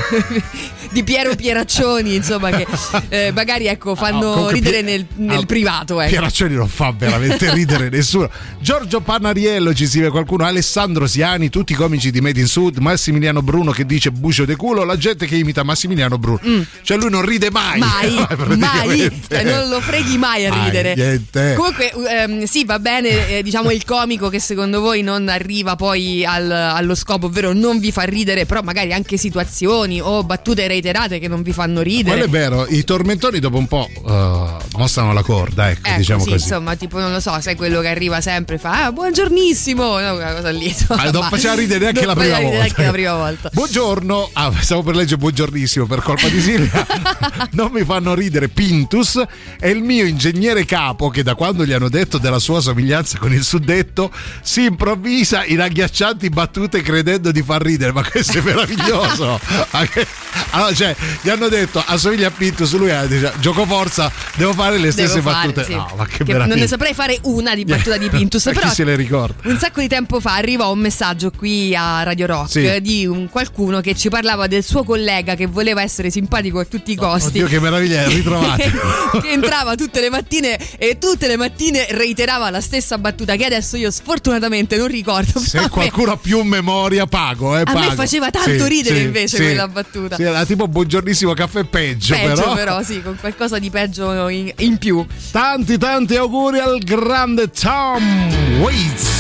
di Piero Pieraccioni, insomma, che magari fanno ridere nel privato. Pieraccioni non fa veramente ridere nessuno. Giorgio Panariello ci scrive qualcuno: Alessandro Siani, tutti i comici di Made in Sud, Massimiliano Bruno che dice bucio de culo, la gente che imita Massimiliano Bruno. Cioè lui non ride mai. Mai. Cioè, non lo freghi mai a ridere. Niente. Comunque sì, va bene, diciamo il comico che secondo voi non arriva poi allo scopo, ovvero non vi fa ridere, però magari anche situazioni o battute reiterate che non vi fanno ridere. Quello è vero. I tormentoni dopo un po' mostrano la corda, ecco, diciamo sì, così. Insomma, tipo, non lo so, sai quello che arriva sempre e fa buongiornissimo, no, una cosa lì. Non faceva ridere neanche la prima volta. Buongiorno, stavo per leggere buongiornissimo per colpa di Silvia. Non mi fanno ridere Pintus è il mio ingegnere capo che da quando gli hanno detto della sua somiglianza con il suddetto si improvvisa in agghiaccianti battute credendo di far ridere, ma questo è meraviglioso. Allora, cioè, gli hanno detto assomiglia a Pintus, lui dice gioco forza, devo fare le stesse battute. Sì. No, ma che non ne saprei fare una di battuta di Pintus, però chi se le ricorda? Un sacco di tempo fa arrivò un messaggio qui a Radio Rock di qualcuno che ci parlava del suo collega che voleva essere simpatico a tutti i costi. Oddio, che meraviglia, ritrovate. Che entrava tutte le mattine e tutte le mattine reiterava la stessa battuta che adesso io sfortunatamente non ricordo. Se qualcuno ha più memoria pago. A me faceva tanto ridere invece quella battuta. Sì, era tipo buongiornissimo caffè peggio però sì, con qualcosa di peggio in più. Tanti auguri al grande Tom Waits.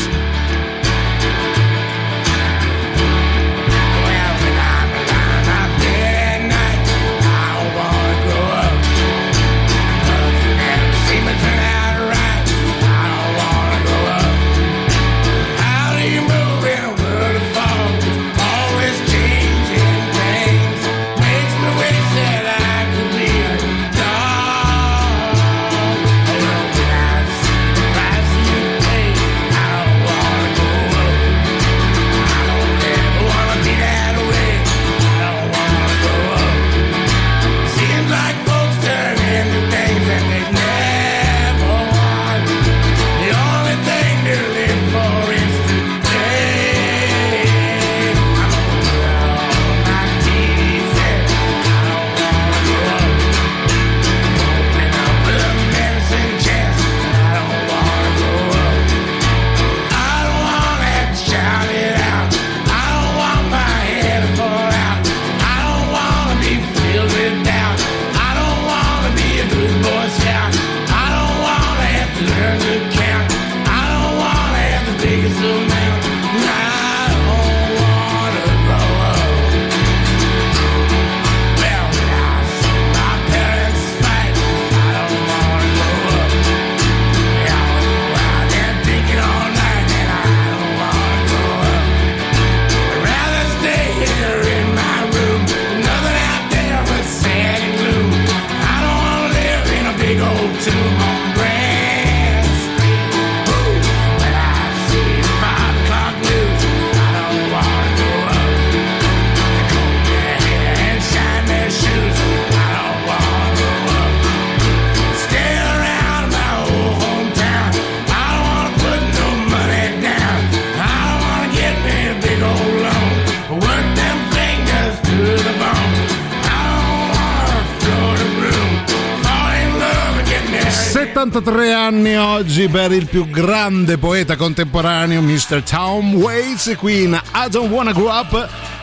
Anni oggi per il più grande poeta contemporaneo Mr. Tom Waits qui in I Don't Wanna Grow Up,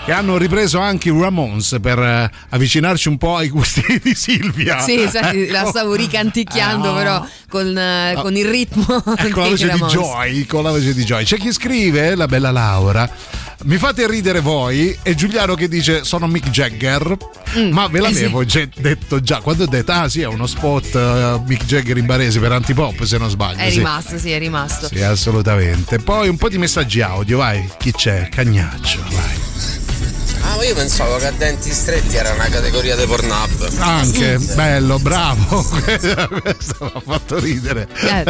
che hanno ripreso anche i Ramones per avvicinarci un po' ai gusti di Silvia. Sì, la stavo ricanticchiando, però con il ritmo. Con la voce di Joy. C'è chi scrive, la bella Laura: mi fate ridere voi, e Giuliano che dice sono Mick Jagger, ma ve l'avevo detto già quando ho detto sì, è uno spot Mick Jagger in barese per Antipop, se non sbaglio. È rimasto. Sì, assolutamente. Poi un po' di messaggi audio, vai. Chi c'è? Cagnaccio, vai. Ma io pensavo che a denti stretti era una categoria di Pornhub. Anche, bello, bravo. Questo mi ha fatto ridere.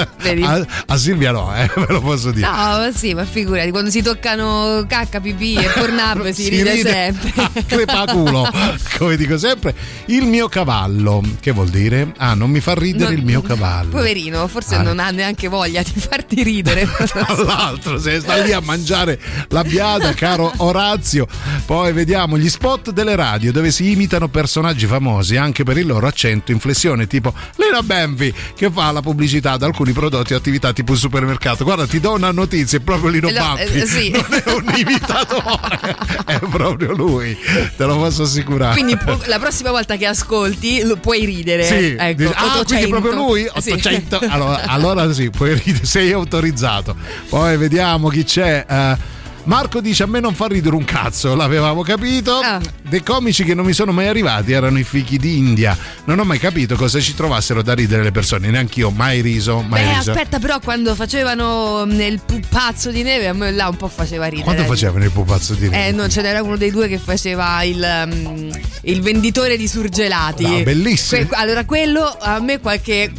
A Silvia no, ve lo posso dire. No, sì, ma figurati, quando si toccano cacca, pipì e Pornhub si ride sempre. Crepaculo, come dico sempre. Il mio cavallo, che vuol dire? Non mi fa ridere il mio cavallo. Poverino, forse non ha neanche voglia di farti ridere. Tra l'altro, se sta lì a mangiare la biada, caro Orazio. Poi vediamo gli spot delle radio dove si imitano personaggi famosi anche per il loro accento, inflessione, tipo Lena Benvi che fa la pubblicità ad alcuni prodotti o attività tipo il supermercato. Guarda, ti do una notizia, è proprio Lino Banfi, sì. Non è un imitatore, è proprio lui, te lo posso assicurare. Quindi la prossima volta che ascolti lo puoi ridere. Sì, ecco, 800. Quindi proprio lui 800. Sì. Allora sì, puoi ridere, sei autorizzato. Poi vediamo chi c'è. Marco dice: a me non fa ridere un cazzo, l'avevamo capito. Dei comici che non mi sono mai arrivati erano i fichi d'India. Non ho mai capito cosa ci trovassero da ridere le persone, neanche io mai riso. Aspetta, però quando facevano il pupazzo di neve a me là un po' faceva ridere. Quando facevano il pupazzo di neve? Non ce n'era uno dei due che faceva il venditore di surgelati. Bellissimo. Allora quello a me qualche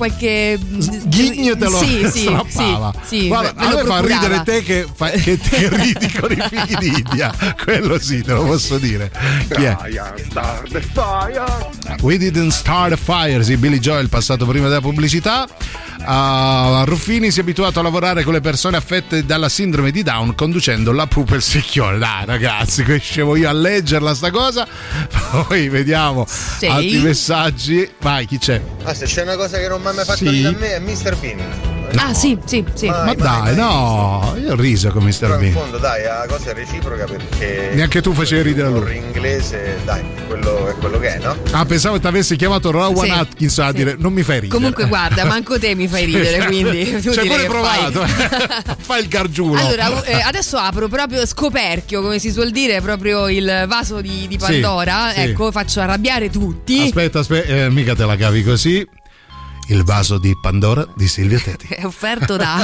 ghigno te lo strappava. Sì, guarda, a me fa ridere te che ridi con i figli d'India, quello sì, te lo posso dire. Chi è? Start the fire. We didn't start a fire, sì, Billy Joel, passato prima della pubblicità. Ruffini si è abituato a lavorare con le persone affette dalla sindrome di Down conducendo la pupa e il secchione. Dai ragazzi, che scevo io a leggerla sta cosa. Poi vediamo altri messaggi. Vai, chi c'è? Se c'è una cosa che non mi ha mai fatto ridere a me è Mr. Bean. No. Sì. Ma dai, no, io ho riso con Mr. Bean. In fondo, dai, la cosa è reciproca perché neanche tu facevi ridere a lui. In inglese, dai, quello è quello che è, no? Pensavo che ti avessi chiamato Rowan Atkins a dire non mi fai ridere. Comunque guarda, manco te mi fai ridere, quindi tu c'è pure provato. Fai il gargiulo. Allora, adesso apro proprio scoperchio, come si suol dire, proprio il vaso di Pandora. Ecco, faccio arrabbiare tutti. Aspetta, mica te la cavi così. Il vaso di Pandora di Silvia Teti è offerto da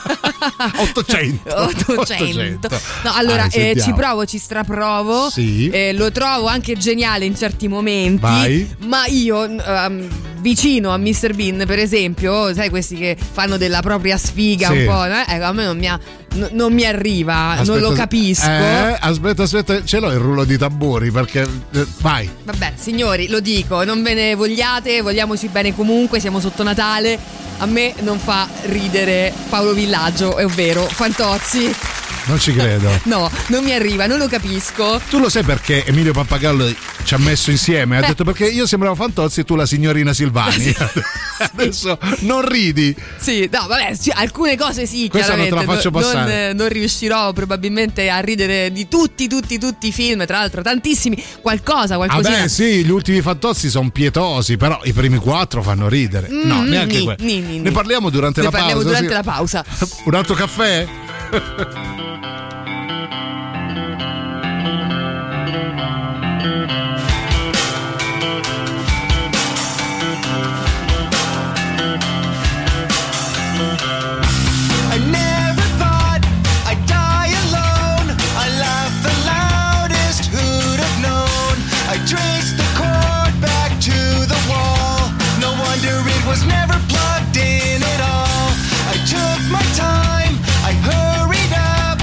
800. No, allora ci straprovo. Sì. Lo trovo anche geniale in certi momenti. Vai. Ma io vicino a Mr. Bean, per esempio, sai, questi che fanno della propria sfiga un po', ecco, a me non mi arriva, non lo capisco. Aspetta, ce l'ho il rullo di tamburi perché vai. Vabbè, signori, lo dico, non ve ne vogliate, vogliamoci bene comunque, siamo sotto Natale. A me non fa ridere Paolo Villaggio, è ovvero Fantozzi. Non ci credo. No, non mi arriva, non lo capisco. Tu lo sai perché Emilio Pappagallo ci ha messo insieme? Ha detto perché io sembravo Fantozzi e tu la signorina Silvani. Adesso non ridi. Sì, no, vabbè, alcune cose sì, questa chiaramente. Non te la faccio passare. Non riuscirò probabilmente a ridere di tutti i film, tra l'altro tantissimi, qualcosina. Vabbè, sì, gli ultimi Fantozzi sono pietosi, però i primi 4 fanno ridere. No, neanche quelli. Ne parliamo durante la pausa. Durante la pausa. Un altro caffè? Was never plugged in at all. I took my time, I hurried up,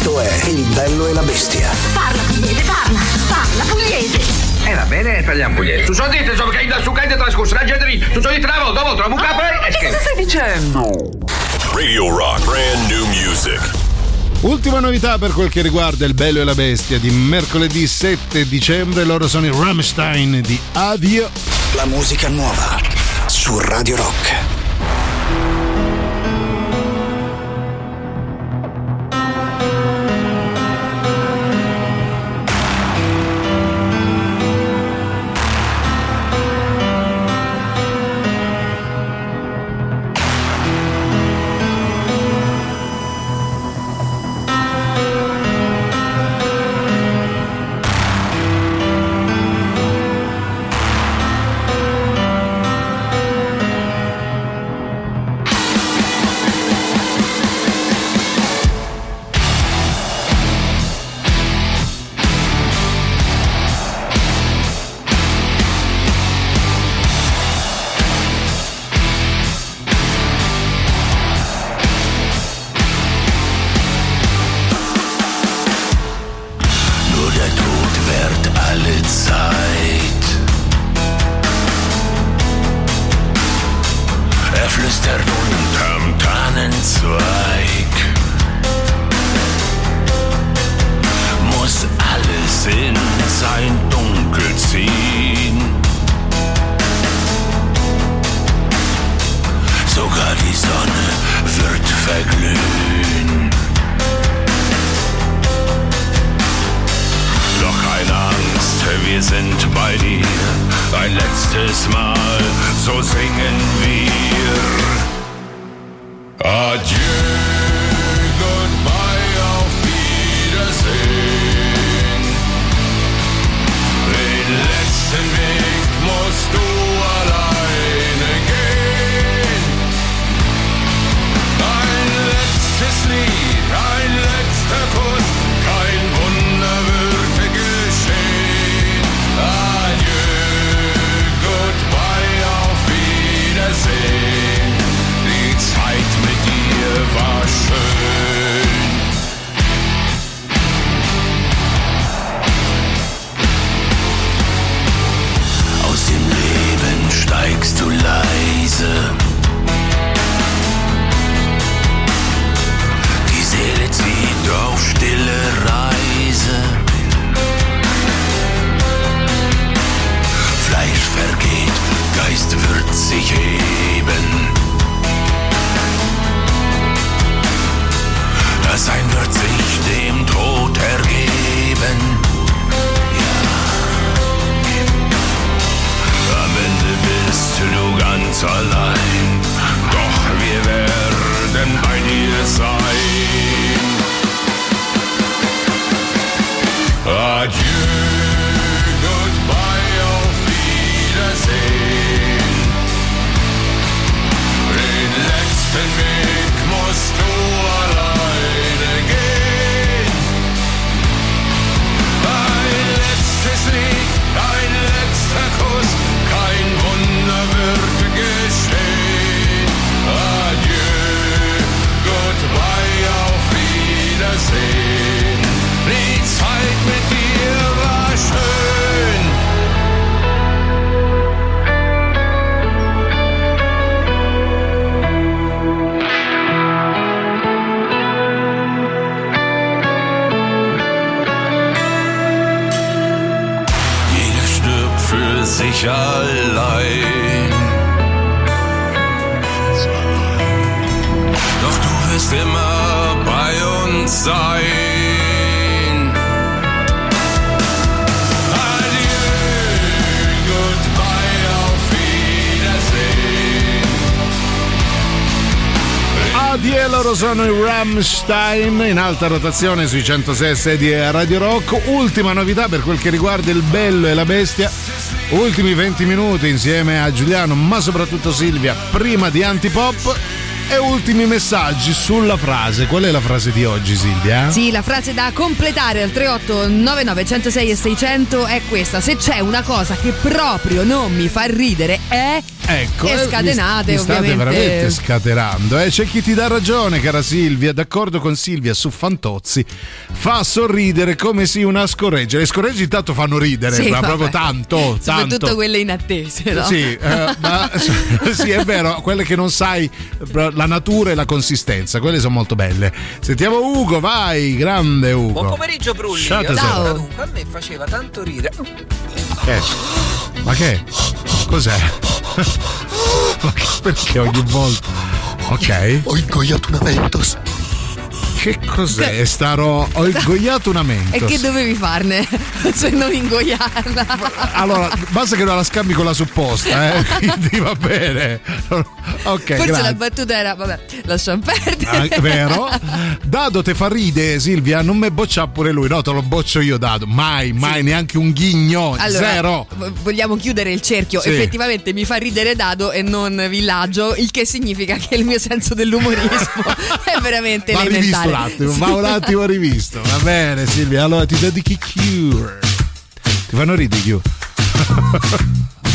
Questo è Il Bello e la Bestia. Parla pugliese, parla pugliese. Va bene, parliamo pugliese. Tu so dite, insomma, che da su cade trascorso la gente lì. Tu so dite una volta, trovo un capo e che stai dicendo? Radio Rock, brand new music. Ultima novità per quel che riguarda Il Bello e la Bestia di mercoledì 7 dicembre. Loro sono i Rammstein di Addio. La musica nuova su Radio Rock. Sono i Rammstein in alta rotazione sui 106 di Radio Rock. Ultima novità per quel che riguarda Il Bello e la Bestia. Ultimi 20 minuti insieme a Giuliano, ma soprattutto Silvia, prima di Antipop. E ultimi messaggi sulla frase. Qual è la frase di oggi, Silvia? Sì, la frase da completare al 3899 106 e 600 è questa: se c'è una cosa che proprio non mi fa ridere è Ecco, e scatenate, mi state ovviamente veramente scatenando. C'è chi ti dà ragione, cara Silvia, d'accordo con Silvia su Fantozzi, fa sorridere come si una scorreggia. Le scorregge intanto fanno ridere, sì, ma proprio tanto, soprattutto quelle inattese, no? Sì, ma sì, è vero, quelle che non sai la natura e la consistenza, quelle sono molto belle. Sentiamo Ugo, vai, grande Ugo. Buon pomeriggio Brulli. Ciao. Dunque, a me faceva tanto ridere. Ma che? Cos'è? Perché ogni volta? Ok. Ho ingoiato una Mentos. Che cos'è ho ingoiato una Mentos. E che dovevi farne se non ingoiarla? Allora, basta che non la scambi con la supposta, quindi va bene. Ok, forse grazie. la battuta era, vabbè, lasciamo perdere. Vero? Dado te fa ride, Silvia, non me boccia pure lui. No, te lo boccio io, Dado. Mai, neanche un ghigno. Allora, zero. Vogliamo chiudere il cerchio. Sì. Effettivamente mi fa ridere Dado e non Villaggio, il che significa che il mio senso dell'umorismo è veramente elementare. Va un attimo rivisto. Va bene, Silvia. Allora ti dedichi Cure. Ti fanno ridere Cure.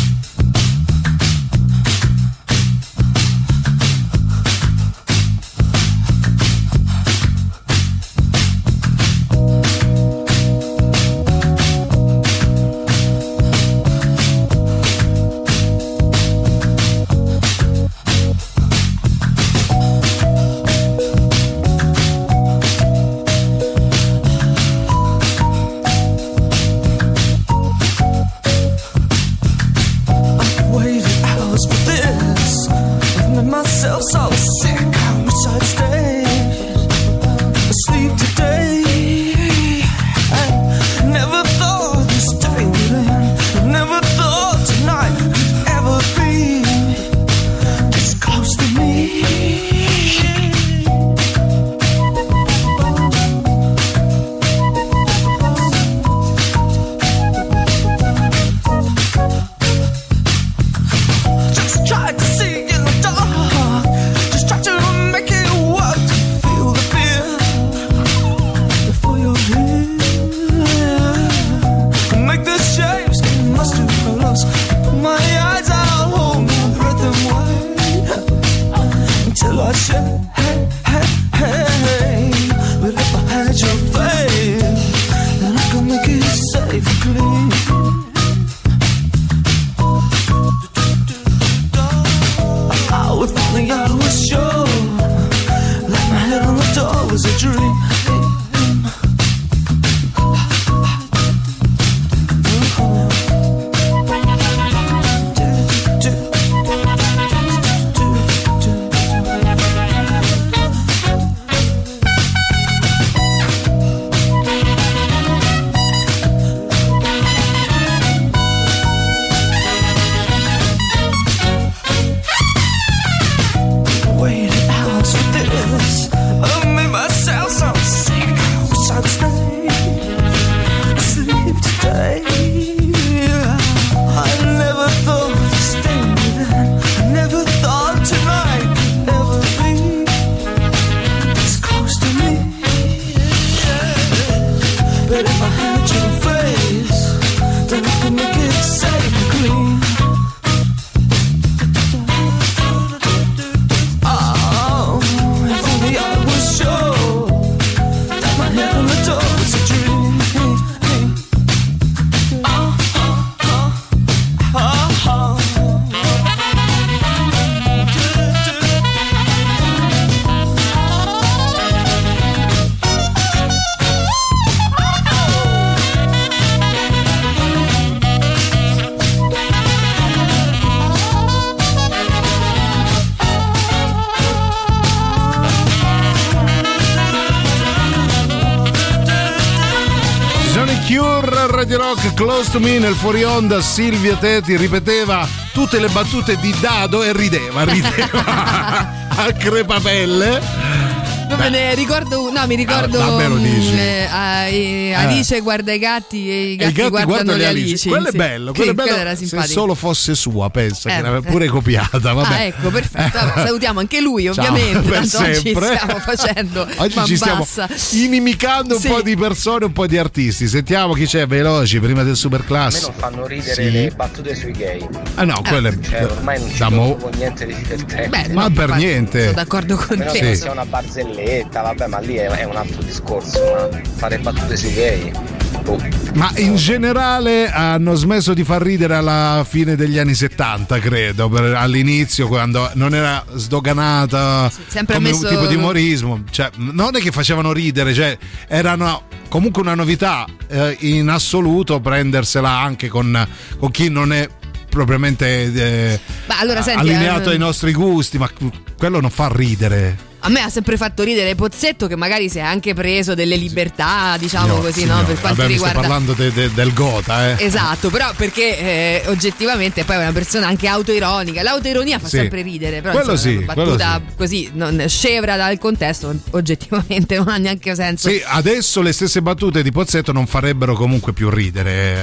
Radio Rock, Close to Me. Nel fuori onda Silvia Teti ripeteva tutte le battute di Dado e rideva a crepapelle. me ne ricordo. No, mi ricordo. Alice guarda i gatti e i gatti guardano le Alici. Quello è bello, quello è bello. Era simpatico. Se solo fosse sua, pensa che era pure copiata. Vabbè. Ecco, perfetto. Vabbè, salutiamo anche lui, ovviamente. Per Tanto oggi sempre. stiamo facendo. Oggi ci stiamo inimicando un po' di persone, un po' di artisti. Sentiamo chi c'è, veloci, prima del super classico. A me non fanno ridere le battute sui gay. Ah no, quello è. Cioè, ormai non ci trovo niente di divertente. Ma per niente. Sono d'accordo con te. te. Sia una barzelletta, vabbè, ma lì è un altro discorso. Ma fare battute sui gay. Ma in generale hanno smesso di far ridere alla fine degli anni 70, credo, all'inizio, quando non era sdoganata come un tipo di umorismo, cioè non è che facevano ridere, cioè erano comunque una novità in assoluto prendersela anche con chi non è propriamente allineato ai nostri gusti, ma quello non fa ridere. A me ha sempre fatto ridere Pozzetto, che magari si è anche preso delle libertà, diciamo così, no? Per quanto riguarda. Sto parlando del Gotha, Esatto, però perché oggettivamente poi è una persona anche autoironica. L'autoironia fa sempre ridere, però quello insomma, una battuta così scevra dal contesto, oggettivamente non ha neanche senso. Sì, adesso le stesse battute di Pozzetto non farebbero comunque più ridere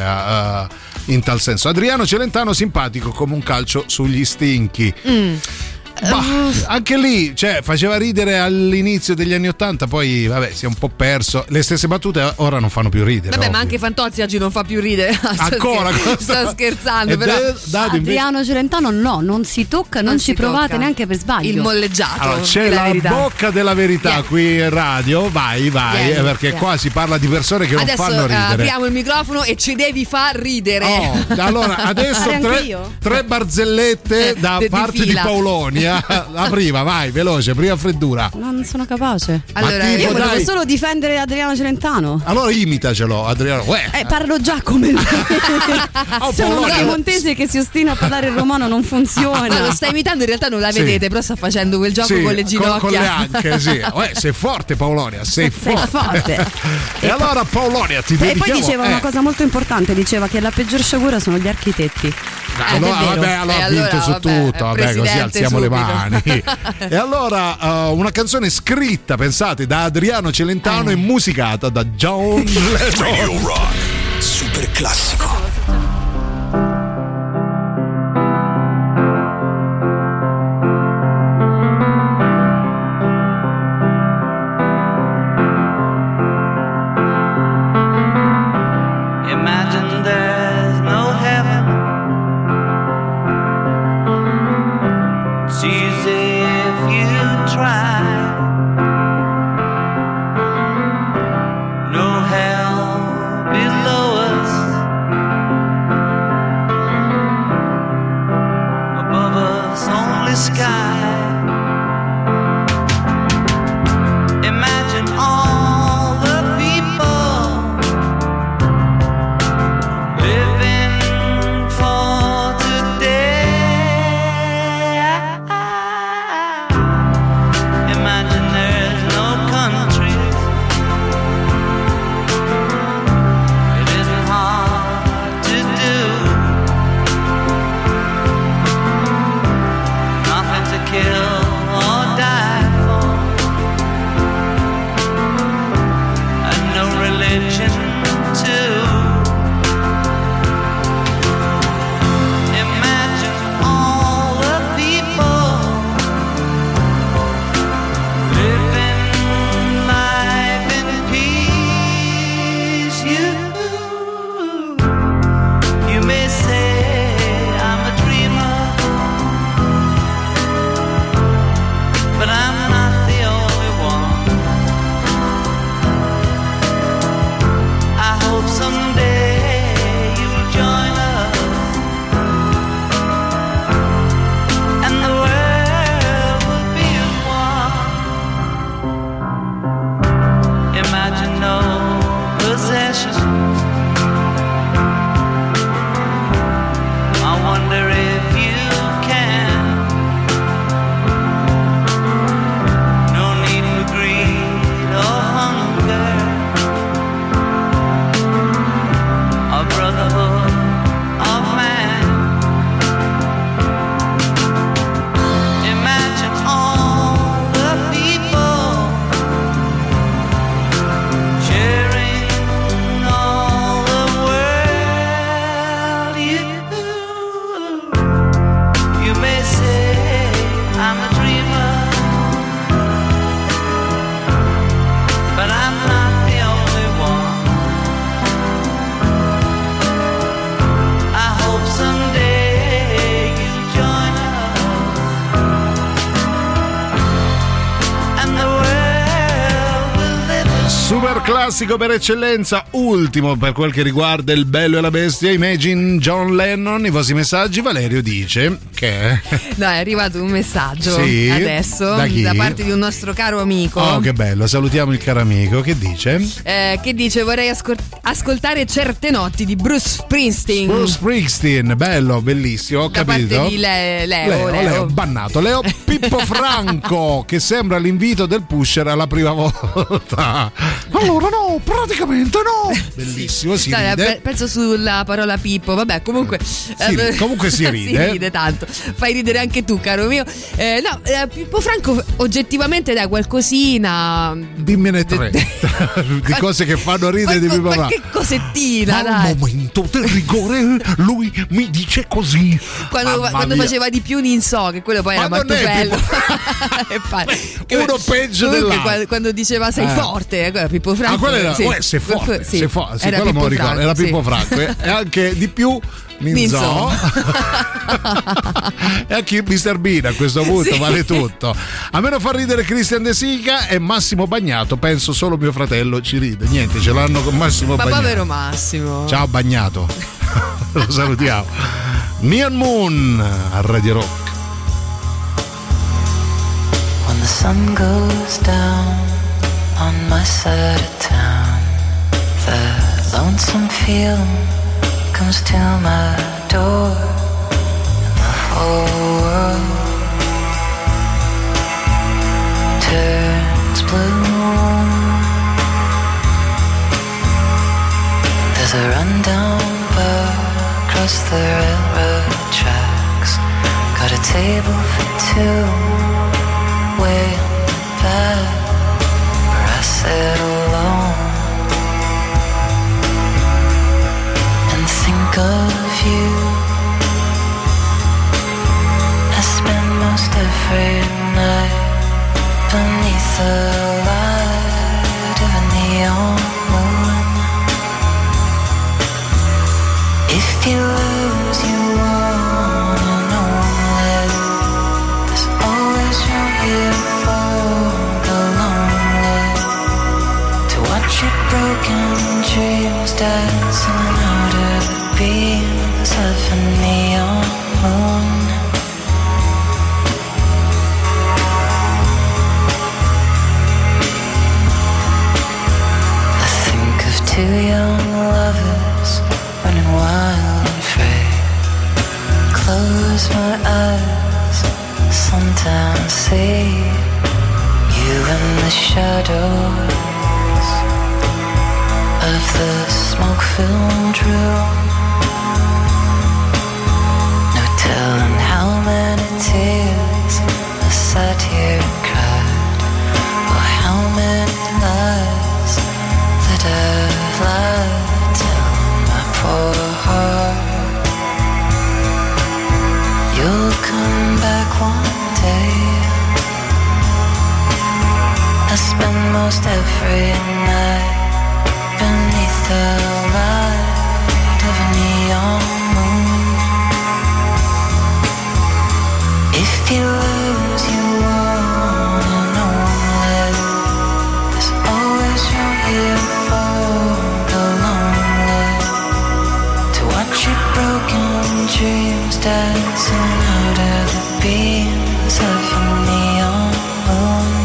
in tal senso. Adriano Celentano simpatico come un calcio sugli stinchi. Bah, anche lì, cioè, faceva ridere all'inizio degli anni '80, poi vabbè, si è un po' perso. Le stesse battute ora non fanno più ridere. Vabbè, ma anche Fantozzi oggi non fa più ridere. Ancora? Sto scherzando, però Adriano Celentano non si tocca, non ci provate neanche per sbaglio. Il molleggiato. Allora, c'è la bocca della verità qui in radio, vai, perché qua si parla di persone che non fanno ridere. Adesso apriamo il microfono e ci devi far ridere. Allora, adesso tre barzellette da parte di Paolonia. La prima, vai, veloce, prima freddura. Non sono capace. Allora, io volevo solo difendere Adriano Celentano. Allora imitacelo, Adriano. Parlo già come lui. Sono un piemontese che si ostina a parlare il romano, non funziona. Ma lo sta imitando, in realtà non la vedete, però sta facendo quel gioco con le ginocchia. Con le anche, sì. Sei forte, Paolonia, sei forte. E allora, Paolonia, ti dedichiamo. E poi diceva una cosa molto importante, diceva che la peggior sciagura sono gli architetti. Allora ha vinto su tutto, vabbè, così alziamo le mani. E allora una canzone scritta, pensate, da Adriano Celentano e musicata da John Lennon. Radio Rock, super classico. To classico per eccellenza, ultimo per quel che riguarda Il Bello e la Bestia, Imagine John Lennon. I vostri messaggi. Valerio dice che no, è arrivato un messaggio adesso da parte di un nostro caro amico. Oh, che bello, salutiamo il caro amico. Che dice? Che dice: vorrei ascoltare Certe notti di Bruce Springsteen. Bruce Springsteen, bello, bellissimo, ho capito. Da parte di Leo. Bannato. Leo Pippo Franco, che sembra l'invito del Pusher alla prima volta. Allora no, praticamente no. Bellissimo, si ride. Penso sulla parola Pippo, vabbè, comunque comunque si ride. Si ride tanto. Fai ridere anche tu, caro mio. Pippo Franco oggettivamente dai qualcosina. Dimmene tre di cose che fanno ridere di Pippo Franco. Qualche cosettina, dai. Al momento del rigore lui mi dice così. Quando faceva di più Ninso, che quello poi era molto bello. Uno peggio dell'altro. Quando diceva sei forte, Pippo Franco. Quello era sei forte, sei forte. Quello me lo ricordo, era Pippo Franco. E anche di più Ninzo. E anche Mr. Bean a questo punto vale tutto. A me non fa ridere Christian De Sica e Massimo Bagnato. Penso solo mio fratello ci ride. Niente, ce l'hanno con Massimo Bagnato. Ma povero Massimo. Ciao Bagnato. Lo salutiamo. Neon Moon a Radio Rock. When the sun goes down on my side of town, the lonesome feeling comes to my door, and the whole world turns blue. There's a rundown bar across the railroad tracks, got a table for two, way in the back, where I sit alone and think of you. I spend most every night beneath the light of a neon moon. If you lose, you wanna know it. There's always room here for the lonely, to watch your broken dreams dancing out of the beams of a neon moon. I think of two young lovers running wild and free. Close my eyes, sometimes see you in the shadows of the smoke-filled room. No telling how many tears I sat here and cried, or how many lies that I've lied, telling my poor heart you'll come back one day. I spend most every night beneath the light of a neon moon. If you lose, you wanna know it. There's always room here for the lonely, to watch your broken dreams dancing out of the beams of a neon moon.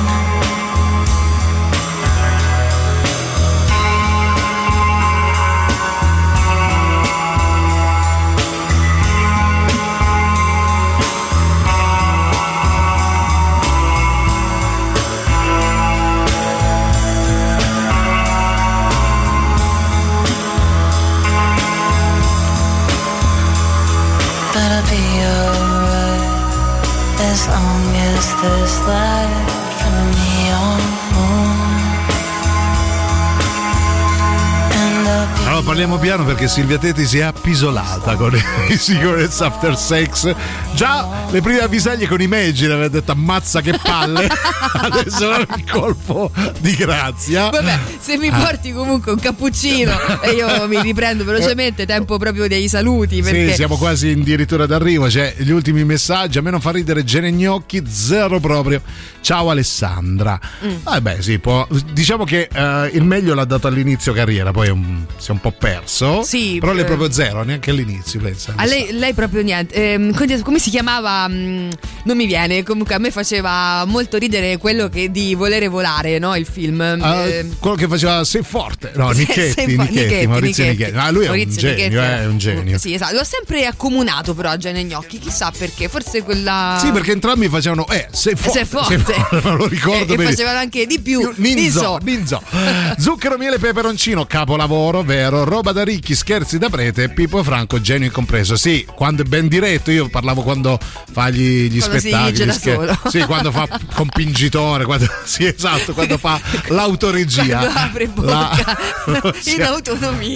But I'll be alright as long as there's light from a neon moon. And I'll be Allora parliamo piano perché Silvia Teti si è appisolata con i Cigarettes After Sex. Già le prime avvisaglie con i Imagine aveva detto ammazza che palle. Adesso il colpo di grazia. Vabbè, se mi porti comunque un cappuccino e io mi riprendo velocemente, tempo proprio dei saluti, perché sì, siamo quasi addirittura d'arrivo. Cioè, gli ultimi messaggi, a me non fa ridere Gene Gnocchi, zero proprio. Ciao Alessandra. Vabbè, sì, diciamo che il meglio l'ha dato all'inizio carriera, poi si è un po' perso. Sì, però lei proprio zero, neanche all'inizio, pensa. A lei proprio niente. Come si chiamava? Non mi viene. Comunque a me faceva molto ridere quello che di Volere volare, no? Il film. Quello che faceva Sei forte. No, Nichetti, Maurizio Nichetti. Lui è un genio. Sì, esatto. L'ho sempre accomunato però a Gene Gnocchi, chissà perché. Forse quella. Sì, perché entrambi facevano Sei forte. Non lo ricordo bene. E facevano anche di più. Ninzo. Zucchero, miele, peperoncino, capolavoro, vero? Roba da ricchi, scherzi da prete, Pippo e Franco, genio incompreso. Sì, quando è ben diretto, io parlavo quando fa gli quando spettacoli. Si solo. Sì, quando fa compingitore, sì, esatto, quando fa l'autoregia. Quando apre bocca in autonomia.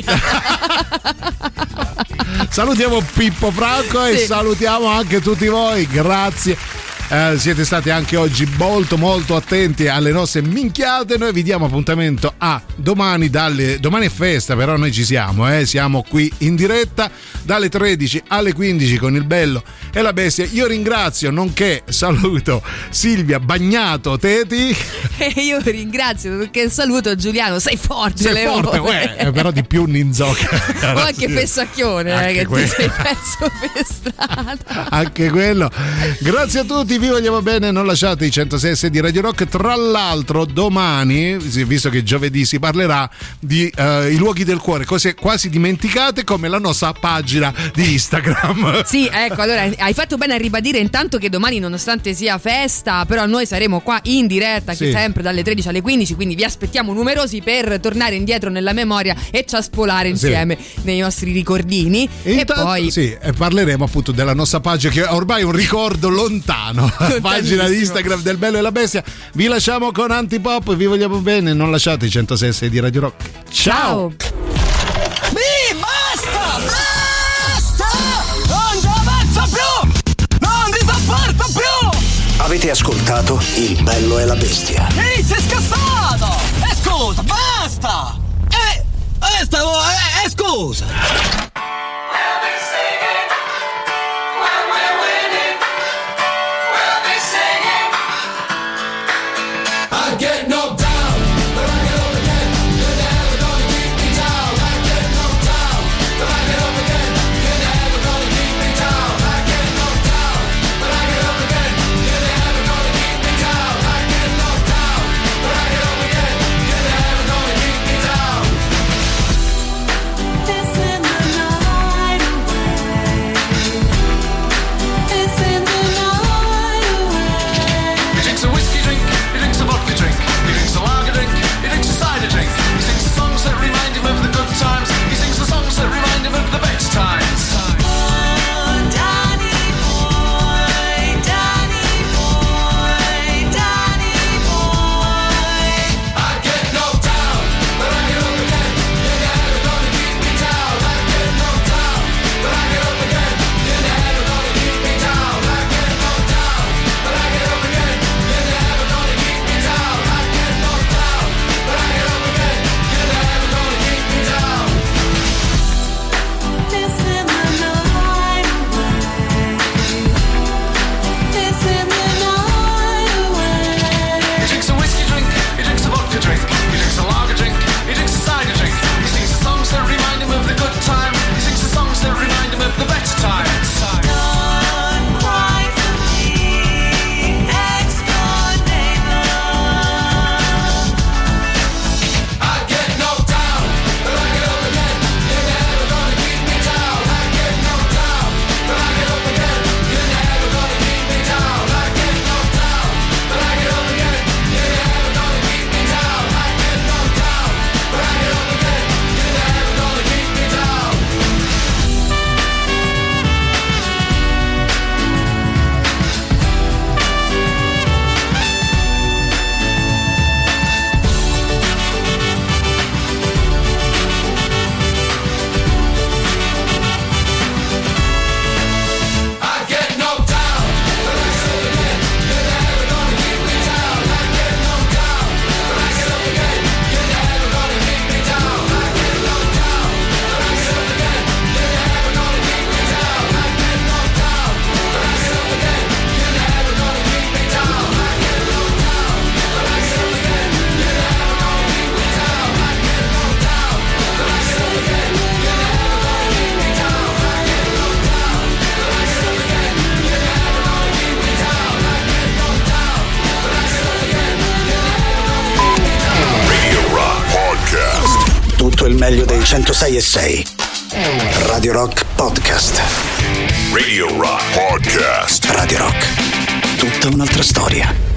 Salutiamo Pippo Franco e salutiamo anche tutti voi, grazie. Siete stati anche oggi molto attenti alle nostre minchiate. Noi vi diamo appuntamento a domani. Domani è festa, però noi ci siamo, siamo qui in diretta dalle 13 alle 15 con il Bello e la Bestia. Io ringrazio, nonché saluto Silvia Bagnato Teti. E io ringrazio, perché saluto Giuliano. Sei forte, però di più Ninzocca. O anche Fessacchione, anche che ti sei perso per strada. Anche quello. Grazie a tutti. Vi vogliamo bene, non lasciate i 106 di Radio Rock. Tra l'altro domani, visto che giovedì si parlerà di i luoghi del cuore, cose quasi dimenticate, come la nostra pagina di Instagram. Sì, ecco, allora hai fatto bene a ribadire intanto che domani, nonostante sia festa, però noi saremo qua in diretta sempre dalle 13 alle 15, quindi vi aspettiamo numerosi per tornare indietro nella memoria e ciaspolare insieme nei nostri ricordini. E poi parleremo appunto della nostra pagina, che ormai è un ricordo lontano. Pagina di Instagram del Bello e la Bestia. Vi lasciamo con Antipop, vi vogliamo bene, non lasciate i 106 di Radio Rock. Ciao. Basta! Non ci avanzo più! Non ti sopporto più! Avete ascoltato Il Bello e la Bestia? Ehi, sei scassato! Scusa, basta! Scusa! This in the night. il meglio dei 106.6. Radio Rock Podcast. Radio Rock Podcast. Radio Rock. Tutta un'altra storia.